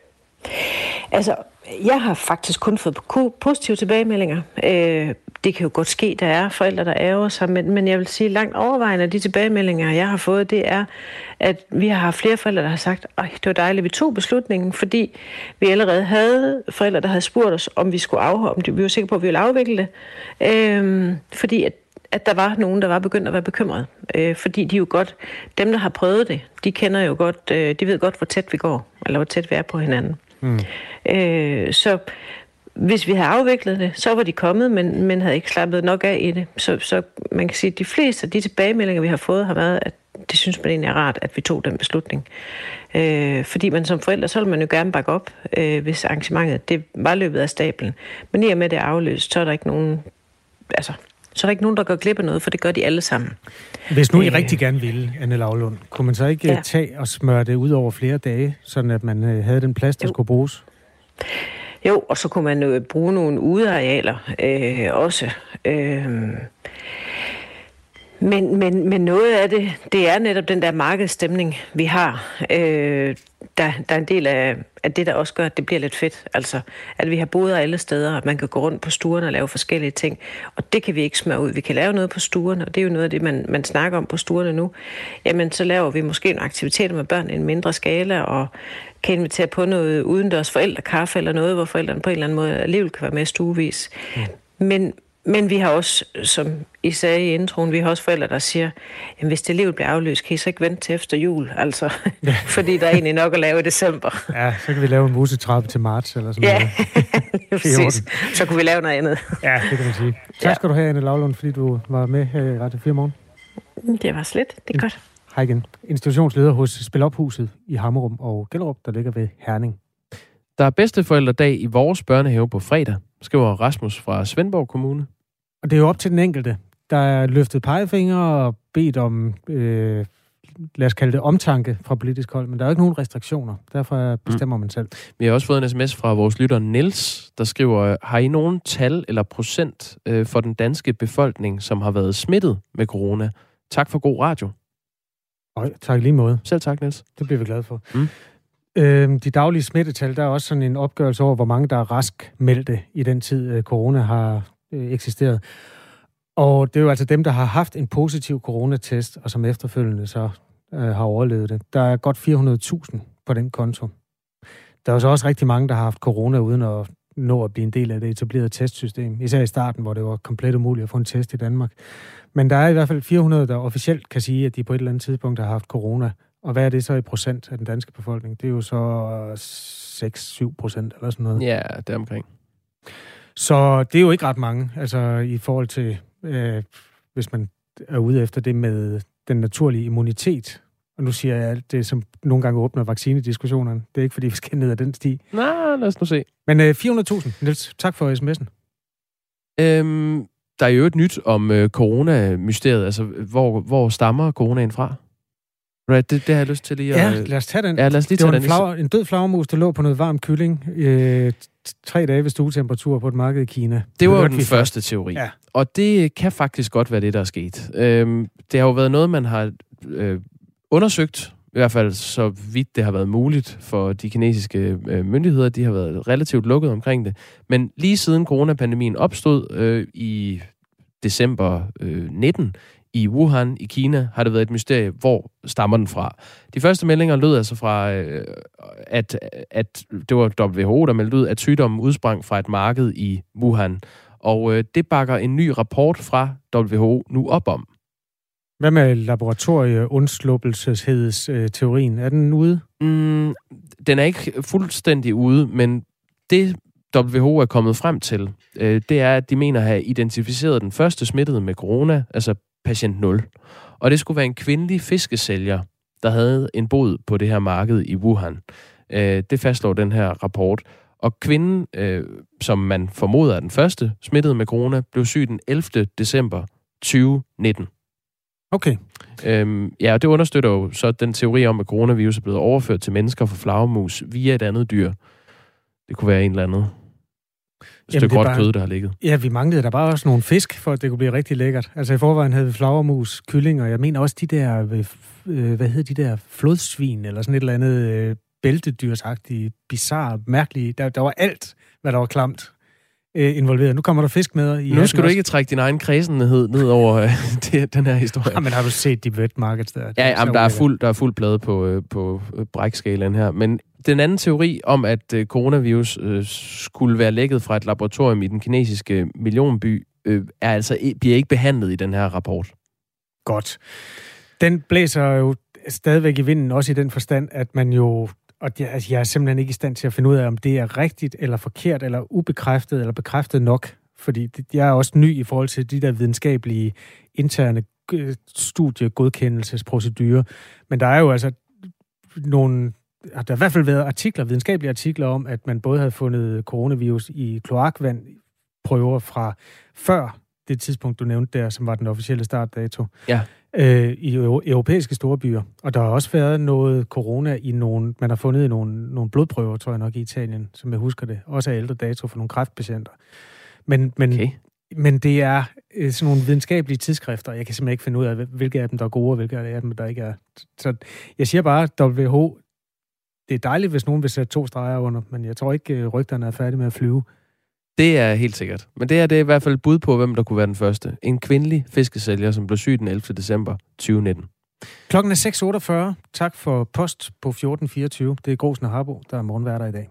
Altså, jeg har faktisk kun fået positive tilbagemeldinger. Øh, det kan jo godt ske, der er forældre, der ærger sig, men, men jeg vil sige, langt overvejende af de tilbagemeldinger, jeg har fået, det er, at vi har haft flere forældre, der har sagt, at det var dejligt, vi tog beslutningen, fordi vi allerede havde forældre, der havde spurgt os, om vi skulle afholde, om vi var sikre på, at vi ville afvikle det, øh, fordi at at der var nogen, der var begyndt at være bekymret. Øh, fordi de jo godt, dem der har prøvet det, de kender jo godt, øh, de ved godt, hvor tæt vi går, eller hvor tæt vi er på hinanden. Mm. Øh, så hvis vi havde afviklet det, så var de kommet, men, men havde ikke slappet nok af i det. Så, så man kan sige, at de fleste af de tilbagemeldinger, vi har fået, har været, at det synes man egentlig er rart, at vi tog den beslutning. Øh, fordi man som forælder, så vil man jo gerne bakke op, øh, hvis arrangementet det var løbet af stablen. Men i og med det er afløst, så er der ikke nogen... Altså, så er der ikke nogen, der går glip af noget, for det gør de alle sammen. Hvis nu I øh, rigtig gerne ville, Anne Lavlund, kunne man så ikke ja. tage og smøre det ud over flere dage, sådan at man øh, havde den plads, der jo. skulle bruges? Jo, og så kunne man jo bruge nogle udearealer øh, også. Øh, men, men, men noget af det, det er netop den der markedsstemning, vi har. Øh, der, der er en del af, af det, der også gør, at det bliver lidt fedt. Altså, at vi har boder alle steder, at man kan gå rundt på stuerne og lave forskellige ting. Og det kan vi ikke smøre ud. Vi kan lave noget på stuerne, og det er jo noget af det, man, man snakker om på stuerne nu. Jamen, så laver vi måske nogle aktiviteter med børn i en mindre skala, og kan invitere på noget udendørs forældrekaffe eller noget, hvor forældrene på en eller anden måde alligevel kan være med stuevis. Mm. Men Men vi har også, som I sagde i introen, vi har også forældre, der siger, at hvis det liv bliver afløst, kan I så ikke vente til efter jul, altså, ja. fordi der er egentlig nok at lave i december. Ja, så kan vi lave en musetrappe til marts, eller sådan ja. noget. Ja, præcis. Så kunne vi lave noget andet. Ja, det kan man sige. Tak ja. skal du have, Anne Lavlund, fordi du var med her i Radio fire Morgen. Det var slet. Det er godt. Hej igen. Institutionsleder hos Spilophuset i Hammerum og Gellerup, der ligger ved Herning. Der er bedsteforældredag i vores børnehave på fredag, skriver Rasmus fra Svendborg Kommune. Og det er jo op til den enkelte. Der er løftet pegefingre og bedt om, øh, lad os kalde det, omtanke fra politisk hold, men der er jo ikke nogen restriktioner. Derfor bestemmer mm. man selv. Vi har også fået en sms fra vores lytter Niels, der skriver, har I nogen tal eller procent øh, for den danske befolkning, som har været smittet med corona? Tak for god radio. Og tak lige måde. Selv tak, Niels. Det bliver vi glade for. Mm. Øh, de daglige smittetal, der er også sådan en opgørelse over, hvor mange der er rask meldte i den tid, øh, corona har øh, eksisteret. Og det er jo altså dem, der har haft en positiv coronatest, og som efterfølgende så øh, har overlevet det. Der er godt fire hundrede tusind på den konto. Der er jo så også rigtig mange, der har haft corona uden at nå at blive en del af det etablerede testsystem. Især i starten, hvor det var komplet umuligt at få en test i Danmark. Men der er i hvert fald fire hundrede, der officielt kan sige, at de på et eller andet tidspunkt har haft corona. Og hvad er det så i procent af den danske befolkning? Det er jo så seks til syv procent eller sådan noget. Ja, det er omkring. Så det er jo ikke ret mange, altså i forhold til, øh, hvis man er ude efter det med den naturlige immunitet. Og nu siger jeg alt det, som nogle gange åbner vaccinediskussionerne. Det er ikke, fordi vi skal ned ad den sti. Nej, lad os nu se. Men øh, fire hundrede tusind, Niels, tak for sms'en. Øhm, der er jo et nyt om øh, corona-mysteriet. Altså, hvor, hvor stammer coronaen fra? Right, det, det har jeg lyst til lige at... Ja, lad os tage den. Ja, lad os lige det var tage en, den. flager, en død flagermus, der lå på noget varm kylling øh, tre dage ved stuetemperatur på et marked i Kina. Det var jo den første teori. Ja. Og det kan faktisk godt være det, der er sket. Øhm, det har jo været noget, man har øh, undersøgt, i hvert fald så vidt det har været muligt for de kinesiske øh, myndigheder. De har været relativt lukket omkring det. Men lige siden coronapandemien opstod øh, i december øh, nitten, i Wuhan i Kina, har det været et mysterie, hvor stammer den fra. De første meldinger lød altså fra, at, at det var W H O, der meldte ud, at sygdommen udsprang fra et marked i Wuhan. Og det bakker en ny rapport fra W H O nu op om. Hvad med laboratorieundsluppelseshedsteorien? Er den ude? Mm, den er ikke fuldstændig ude, men det W H O er kommet frem til, det er, at de mener at have identificeret den første smittede med corona, altså patient nul. Og det skulle være en kvindelig fiskesælger, der havde en bod på det her marked i Wuhan. Øh, det fastslår den her rapport. Og kvinden, øh, som man formoder er den første smittet med corona, blev syg den ellevte december tyve nitten. Okay. Øhm, ja, og det understøtter jo så den teori om, at coronavirus er blevet overført til mennesker fra flagermus via et andet dyr. Det kunne være en eller anden stykke råt kød, der har ligget. Ja, vi manglede der bare også nogle fisk, for at det kunne blive rigtig lækkert. Altså i forvejen havde vi flagermus, kylling, og jeg mener også de der, øh, hvad hedder de der, flodsvin, eller sådan et eller andet øh, bæltedyrsagtige, bizarre, mærkelige. Der, der var alt, hvad der var klamt øh, involveret. Nu kommer der fisk med. I nu skal du ikke trække din egen kredsenhed ned over øh, det, den her historie. Ja, men har du set de wet markets der? Ja, jamen, der er fuld, der er fuld plade på, øh, på brækskalaen her, men den anden teori om, at øh, coronavirus øh, skulle være lækket fra et laboratorium i den kinesiske millionby, øh, er altså bliver ikke behandlet i den her rapport. Godt. Den blæser jo stadigvæk i vinden, også i den forstand, at man jo, og jeg, altså, jeg er simpelthen ikke i stand til at finde ud af, om det er rigtigt eller forkert, eller ubekræftet, eller bekræftet nok. Fordi det, jeg er også ny i forhold til de der videnskabelige interne studiegodkendelsesprocedurer. Men der er jo altså nogle... Der har i hvert fald været artikler, videnskabelige artikler om, at man både havde fundet coronavirus i kloakvandprøver fra før det tidspunkt, du nævnte der, som var den officielle startdato, ja. øh, i europæiske storbyer. Og der har også været noget corona i nogle, man har fundet i nogle, nogle blodprøver, tror jeg nok, i Italien, som jeg husker det, også af ældre dato for nogle kræftpatienter. Men, men, okay. men det er øh, sådan nogle videnskabelige tidsskrifter, jeg kan simpelthen ikke finde ud af, hvilke af dem, der er gode, og hvilke af dem, der ikke er. Så jeg siger bare, W H O, det er dejligt, hvis nogen vil sætte to streger under, men jeg tror ikke, rygterne er færdige med at flyve. Det er helt sikkert. Men det er det er i hvert fald bud på, hvem der kunne være den første. En kvindelig fiskesælger, som blev syg den ellevte december tyve nitten. Klokken er seks otteogfyrre. Tak for post på fjorten fireogtyve. Det er Grosen og Harbo, der er morgenværter i dag.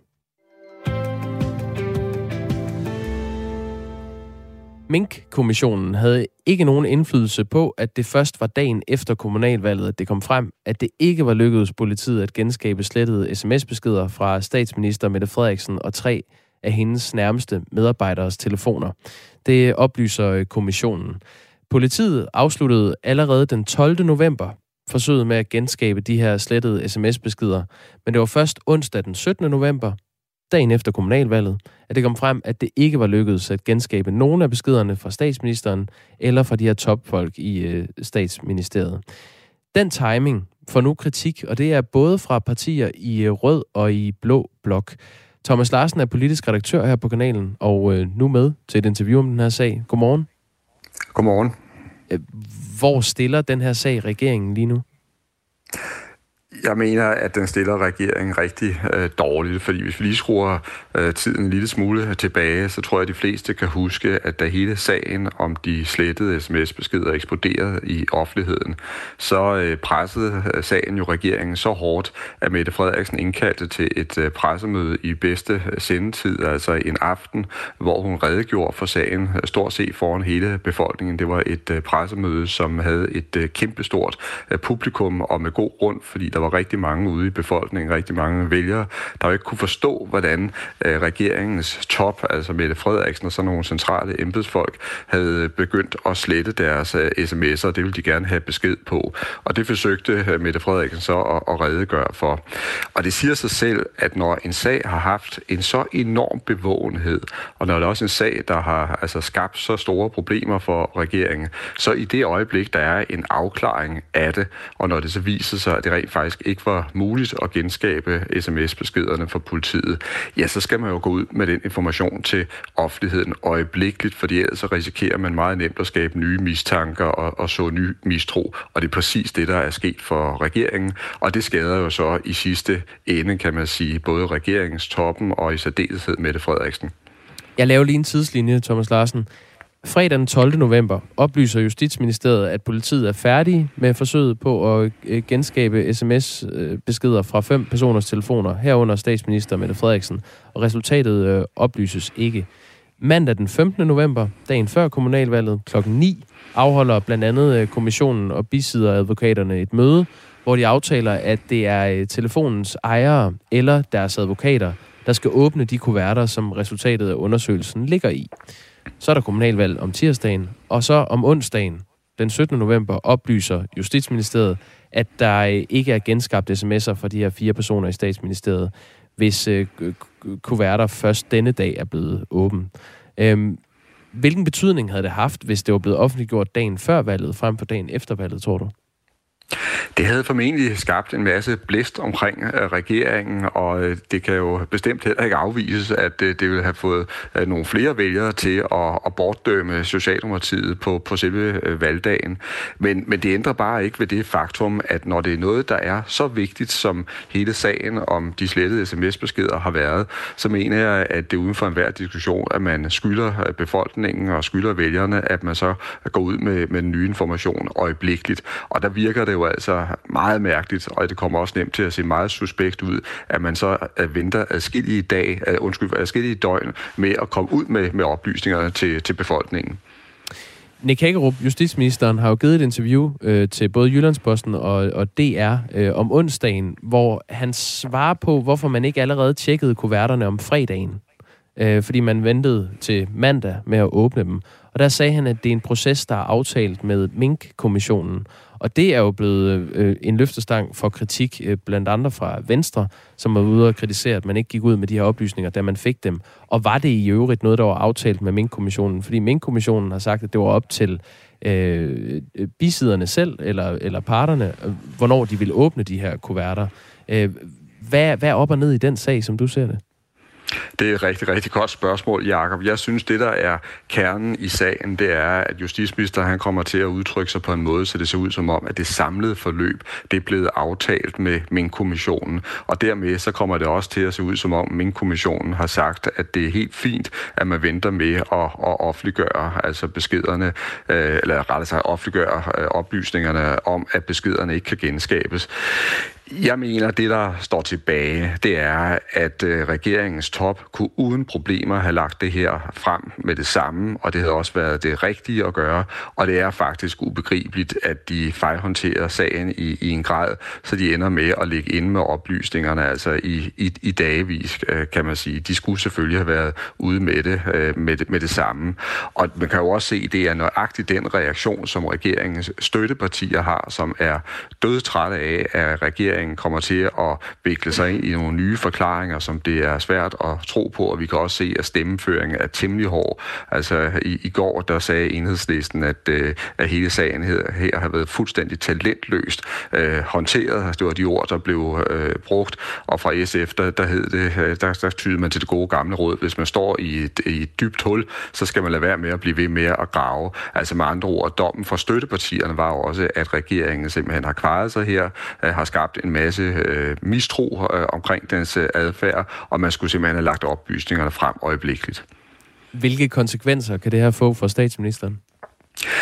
Mink-kommissionen havde ikke nogen indflydelse på, at det først var dagen efter kommunalvalget, at det kom frem, at det ikke var lykkedes politiet at genskabe slettede sms-beskeder fra statsminister Mette Frederiksen og tre af hendes nærmeste medarbejderes telefoner. Det oplyser kommissionen. Politiet afsluttede allerede den tolvte november forsøget med at genskabe de her slettede sms-beskeder, men det var først onsdag den syttende november, dagen efter kommunalvalget, at det kom frem, at det ikke var lykkedes at genskabe nogen af beskederne fra statsministeren eller fra de her topfolk i øh, statsministeriet. Den timing får nu kritik, og det er både fra partier i øh, rød og i blå blok. Thomas Larsen er politisk redaktør her på kanalen, og øh, nu med til et interview om den her sag. Godmorgen. Godmorgen. Hvor stiller den her sag regeringen lige nu? Jeg mener, at den stiller regeringen rigtig øh, dårligt, fordi hvis vi lige skruer øh, tiden en lille smule tilbage, så tror jeg, at de fleste kan huske, at da hele sagen om de slettede sms-beskeder eksploderede i offentligheden, så øh, pressede sagen jo regeringen så hårdt, at Mette Frederiksen indkaldte til et øh, pressemøde i bedste sendetid, altså en aften, hvor hun redegjorde for sagen stort set foran hele befolkningen. Det var et øh, pressemøde, som havde et øh, kæmpestort øh, publikum, og med god grund, fordi der var rigtig mange ude i befolkningen, rigtig mange vælgere, der jo ikke kunne forstå, hvordan øh, regeringens top, altså Mette Frederiksen og sådan nogle centrale embedsfolk, havde begyndt at slette deres øh, sms'er, og det ville de gerne have besked på. Og det forsøgte øh, Mette Frederiksen så at, at redegøre for. Og det siger sig selv, at når en sag har haft en så enorm bevågenhed, og når det er også en sag, der har altså, skabt så store problemer for regeringen, så i det øjeblik, der er en afklaring af det, og når det så viser sig, at det rent faktisk ikke var muligt at genskabe sms-beskederne fra politiet, ja, så skal man jo gå ud med den information til offentligheden øjeblikkeligt, fordi ellers så risikerer man meget nemt at skabe nye mistanker og, og så ny mistro, og det er præcis det, der er sket for regeringen, og det skader jo så i sidste ende, kan man sige, både regeringens toppen og i særdeleshed Mette Frederiksen. Jeg laver lige en tidslinje, Thomas Larsen. Fredag den tolvte november oplyser Justitsministeriet, at politiet er færdige med forsøget på at genskabe sms-beskeder fra fem personers telefoner, herunder statsminister Mette Frederiksen, og resultatet oplyses ikke. Mandag den femtende november, dagen før kommunalvalget, klokken ni, afholder blandt andet kommissionen og bisidderadvokaterne et møde, hvor de aftaler, at det er telefonens ejere eller deres advokater, der skal åbne de kuverter, som resultatet af undersøgelsen ligger i. Så er der kommunalvalg om tirsdagen, og så om onsdagen, den syttende november, oplyser Justitsministeriet, at der ikke er genskabt sms'er fra de her fire personer i statsministeriet, hvis øh, kuverter først denne dag er blevet åben. Øhm, hvilken betydning havde det haft, hvis det var blevet offentliggjort dagen før valget, frem for dagen efter valget, tror du? Det havde formentlig skabt en masse blæst omkring uh, regeringen, og uh, det kan jo bestemt heller ikke afvises, at uh, det ville have fået uh, nogle flere vælgere til at, at bortdømme Socialdemokratiet på, på selve uh, valgdagen. Men, men det ændrer bare ikke ved det faktum, at når det er noget, der er så vigtigt, som hele sagen om de slettede sms-beskeder har været, så mener jeg, at det er uden for enhver diskussion, at man skylder befolkningen og skylder vælgerne, at man så går ud med, med den nye information øjeblikkeligt. Og der virker det jo altså meget mærkeligt, og det kommer også nemt til at se meget suspekt ud, at man så venter adskillige dag, undskyld, adskillige døgn med at komme ud med, med oplysningerne til, til befolkningen. Nick Hækkerup, justitsministeren, har jo givet et interview øh, til både Jyllandsposten og, og D R øh, om onsdagen, hvor han svarer på, hvorfor man ikke allerede tjekkede kuverterne om fredagen. Øh, fordi man ventede til mandag med at åbne dem. Og der sagde han, at det er en proces, der er aftalt med Mink-kommissionen. Og det er jo blevet øh, en løftestang for kritik, øh, blandt andre fra Venstre, som var ude og kritisere, at man ikke gik ud med de her oplysninger, da man fik dem. Og var det i øvrigt noget, der var aftalt med Mink-kommissionen? Fordi Mink-kommissionen har sagt, at det var op til øh, bisiderne selv, eller, eller parterne, øh, hvornår de ville åbne de her kuverter. Øh, hvad, hvad er op og ned i den sag, som du ser det? Det er et rigtig, rigtig godt spørgsmål, Jakob. Jeg synes, det der er kernen i sagen, det er, at justitsministeren han kommer til at udtrykke sig på en måde, så det ser ud som om, at det samlede forløb, det er blevet aftalt med Mink-kommissionen. Og dermed så kommer det også til at se ud som om, Mink-kommissionen har sagt, at det er helt fint, at man venter med at, at offentliggøre altså beskederne, øh, eller rettere sagt offentliggøre øh, oplysningerne om, at beskederne ikke kan genskabes. Jeg mener, det der står tilbage, det er, at øh, regeringens top kunne uden problemer have lagt det her frem med det samme, og det havde også været det rigtige at gøre, og det er faktisk ubegribeligt, at de fejlhåndterer sagen i, i en grad, så de ender med at ligge inde med oplysningerne, altså i, i, i dagevis, øh, kan man sige. De skulle selvfølgelig have været ude med det, øh, med det med det samme. Og man kan jo også se, at det er nøjagtigt den reaktion, som regeringens støttepartier har, som er dødtrætte af, at regeringen kommer til at vikle sig ind i nogle nye forklaringer, som det er svært at tro på, og vi kan også se, at stemmeføringen er temmelig hård. Altså i, i går, der sagde Enhedslisten, at, øh, at hele sagen her, her har været fuldstændig talentløst øh, håndteret. Altså, det var de ord, der blev øh, brugt, og fra S F, der, der hed det, der, der tyder man til det gode gamle råd. Hvis man står i et, i et dybt hul, så skal man lade være med at blive ved med at grave. Altså med andre ord, dommen for støttepartierne var også, at regeringen simpelthen har kvaret sig her, øh, har skabt en masse øh, mistro øh, omkring dens øh, adfærd, og man skulle simpelthen have lagt oplysningerne frem øjeblikkeligt. Hvilke konsekvenser kan det her få for statsministeren?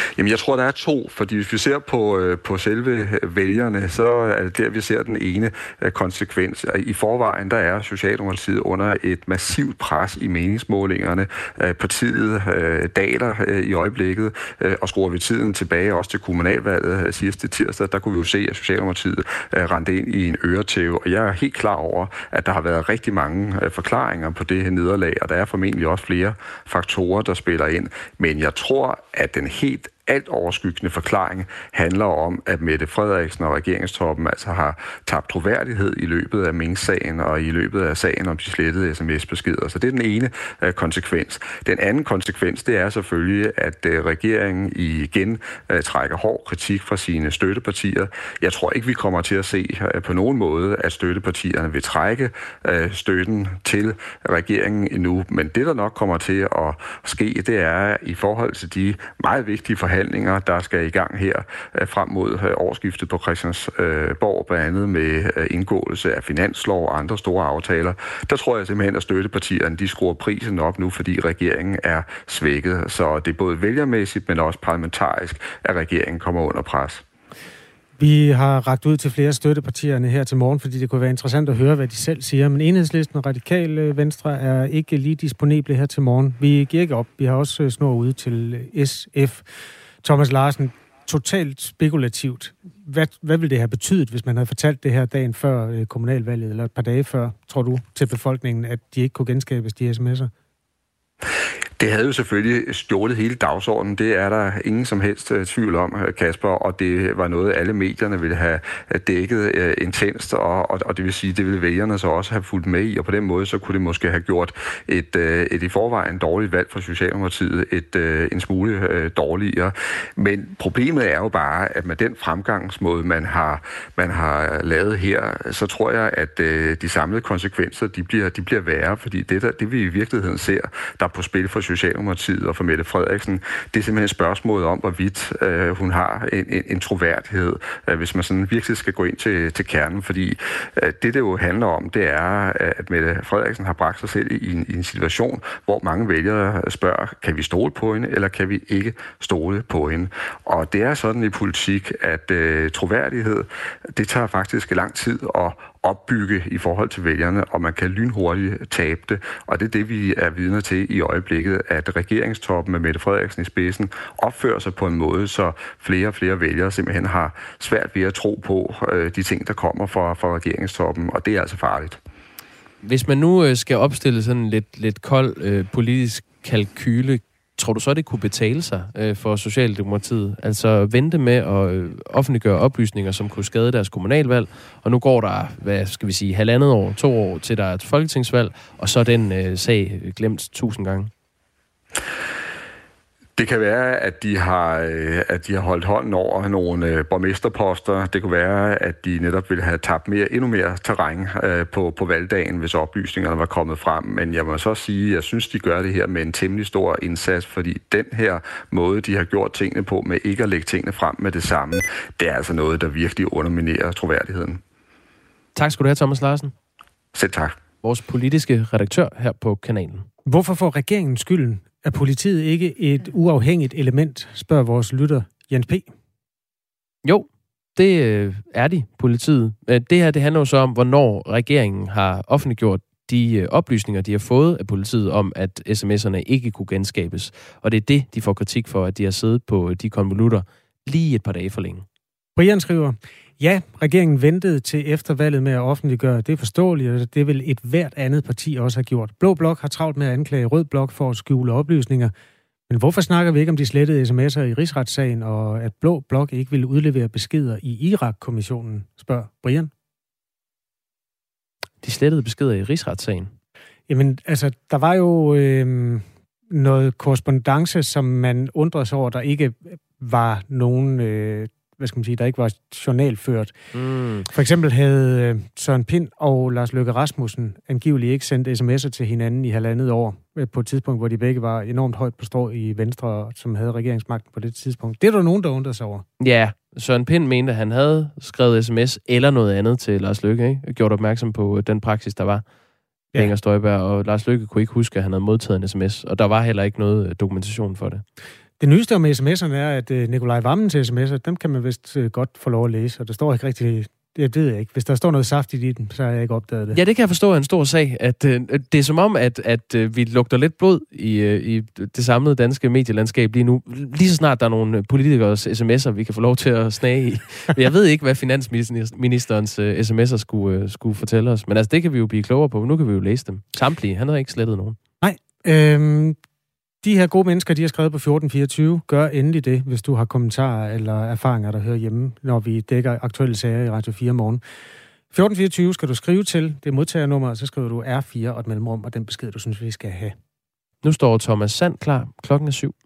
Jamen, jeg tror, der er to, fordi hvis vi ser på, øh, på selve vælgerne, så er det der, vi ser den ene øh, konsekvens. I forvejen, der er Socialdemokratiet under et massivt pres i meningsmålingerne. Øh, partiet øh, daler øh, i øjeblikket, øh, og skruer vi tiden tilbage også til kommunalvalget øh, sidste tirsdag, der kunne vi jo se, at Socialdemokratiet øh, rendte ind i en øretæve, og jeg er helt klar over, at der har været rigtig mange øh, forklaringer på det her nederlag, og der er formentlig også flere faktorer, der spiller ind. Men jeg tror, at den helt alt overskyggende forklaring handler om, at Mette Frederiksen og regeringstoppen altså har tabt troværdighed i løbet af Mink-sagen og i løbet af sagen om de slettede sms-beskeder. Så det er den ene øh, konsekvens. Den anden konsekvens, det er selvfølgelig, at øh, regeringen igen øh, trækker hård kritik fra sine støttepartier. Jeg tror ikke, vi kommer til at se øh, på nogen måde, at støttepartierne vil trække øh, støtten til regeringen endnu. Men det, der nok kommer til at ske, det er i forhold til de meget vigtige forhandlinger, forhandlinger, der skal i gang her øh, frem mod øh, årsskiftet på Christiansborg, blandt andet med øh, indgåelse af finanslov og andre store aftaler. Der tror jeg simpelthen, at støttepartierne de skruer prisen op nu, fordi regeringen er svækket. Så det er både vælgermæssigt, men også parlamentarisk, at regeringen kommer under pres. Vi har rakt ud til flere støttepartierne her til morgen, fordi det kunne være interessant at høre, hvad de selv siger. Men Enhedslisten og Radikale Venstre er ikke lige disponible her til morgen. Vi giver ikke op. Vi har også snor ude til S F. Thomas Larsen, totalt spekulativt. Hvad, hvad ville det have betydet, hvis man havde fortalt det her dagen før kommunalvalget, eller et par dage før, tror du, til befolkningen, at de ikke kunne genskabes, de sms'er? Det havde jo selvfølgelig stjålet hele dagsordenen. Det er der ingen som helst tvivl om, Kasper, og det var noget, alle medierne ville have dækket uh, intenst, og, og, og det vil sige, det ville vælgerne så også have fulgt med i, og på den måde, så kunne det måske have gjort et, uh, et i forvejen dårligt valg for Socialdemokratiet et, uh, en smule uh, dårligere. Men problemet er jo bare, at med den fremgangsmåde, man har, man har lavet her, så tror jeg, at uh, de samlede konsekvenser, de bliver, de bliver værre, fordi det, der, det vi i virkeligheden ser, der er på spil for Socialdemokratiet og for Mette Frederiksen, det er simpelthen et spørgsmål om, hvorvidt øh, hun har en, en, en troværdighed, øh, hvis man sådan virkelig skal gå ind til, til kernen, fordi øh, det, det jo handler om, det er, at Mette Frederiksen har bragt sig selv i en, i en situation, hvor mange vælgere spørger, kan vi stole på hende, eller kan vi ikke stole på hende? Og det er sådan i politik, at øh, troværdighed, det tager faktisk lang tid at opbygge i forhold til vælgerne, og man kan lynhurtigt tabe det. Og det er det, vi er vidner til i øjeblikket, at regeringstoppen med Mette Frederiksen i spidsen opfører sig på en måde, så flere og flere vælgere simpelthen har svært ved at tro på øh, de ting, der kommer fra, fra regeringstoppen, og det er altså farligt. Hvis man nu øh, skal opstille sådan lidt, lidt kold øh, politisk kalkyle, tror du så, det kunne betale sig øh, for Socialdemokratiet? Altså vente med at øh, offentliggøre oplysninger, som kunne skade deres kommunalvalg, og nu går der, hvad skal vi sige, halvandet år, to år til der er et folketingsvalg, og så er den øh, sag glemt tusind gange. Det kan være, at de har, at de har holdt hånden over nogle borgmesterposter. Det kunne være, at de netop ville have tabt mere, endnu mere terræn på, på valgdagen, hvis oplysningerne var kommet frem. Men jeg må så sige, at jeg synes, de gør det her med en temmelig stor indsats, fordi den her måde, de har gjort tingene på, med ikke at lægge tingene frem med det samme, det er altså noget, der virkelig underminerer troværdigheden. Tak skal du have, Thomas Larsen. Selv tak. Vores politiske redaktør her på kanalen. Hvorfor får regeringen skylden? Er politiet ikke et uafhængigt element, spørger vores lytter Jens P. Jo, det øh, er de, politiet. Det her, det handler jo så om, hvornår regeringen har offentliggjort de øh, oplysninger, de har fået af politiet om, at sms'erne ikke kunne genskabes. Og det er det, de får kritik for, at de har siddet på de konvolutter lige et par dage for længe. Brian skriver, ja, regeringen ventede til efter valget med at offentliggøre. Det er forståeligt, og det vil et hvert andet parti også have gjort. Blå Blok har travlt med at anklage Rød Blok for at skjule oplysninger. Men hvorfor snakker vi ikke om de slettede sms'er i rigsretssagen, og at Blå Blok ikke ville udlevere beskeder i Irak-kommissionen, spørger Brian. De slettede beskeder i rigsretssagen? Jamen, altså, der var jo øh, noget korrespondance, som man undrede sig over, der ikke var nogen... Øh, hvad skal man sige, der ikke var journalført. Mm. For eksempel havde Søren Pind og Lars Løkke Rasmussen angiveligt ikke sendt sms'er til hinanden i halvandet år, på et tidspunkt, hvor de begge var enormt højt på strå i Venstre, som havde regeringsmagten på det tidspunkt. Det er der nogen, der undrede sig over. Ja, Søren Pind mente, at han havde skrevet sms eller noget andet til Lars Løkke, ikke? Gjort opmærksom på den praksis, der var. Ja. Inger Støjberg, og Lars Løkke kunne ikke huske, at han havde modtaget en sms, og der var heller ikke noget dokumentation for det. Det nyeste om sms'erne er, at øh, Nikolaj Wammens sms'er, dem kan man vist øh, godt få lov at læse, og der står ikke rigtig... Det ved jeg ikke. Hvis der står noget saftigt i den, så har jeg ikke opdaget det. Ja, det kan jeg forstå er en stor sag. At, øh, det er som om, at, at øh, vi lugter lidt blod i, øh, i det samlede danske medielandskab lige nu. Lige så snart der er nogle politikers sms'er, vi kan få lov til at snage i. Jeg ved ikke, hvad finansministerens øh, sms'er skulle, øh, skulle fortælle os. Men altså, det kan vi jo blive klogere på. Nu kan vi jo læse dem. Samtlige. Han har ikke slettet nogen. Nej. Øhm, de her gode mennesker, de har skrevet på fjorten fireogtyve. Gør endelig det, hvis du har kommentarer eller erfaringer, der hører hjemme, når vi dækker aktuelle sager i Radio fire morgen. fjorten fireogtyve skal du skrive til. Det er modtagernummer, og så skriver du R fire og et mellemrum, og den besked, du synes, vi skal have. Nu står Thomas Sand klar. Klokken er syv.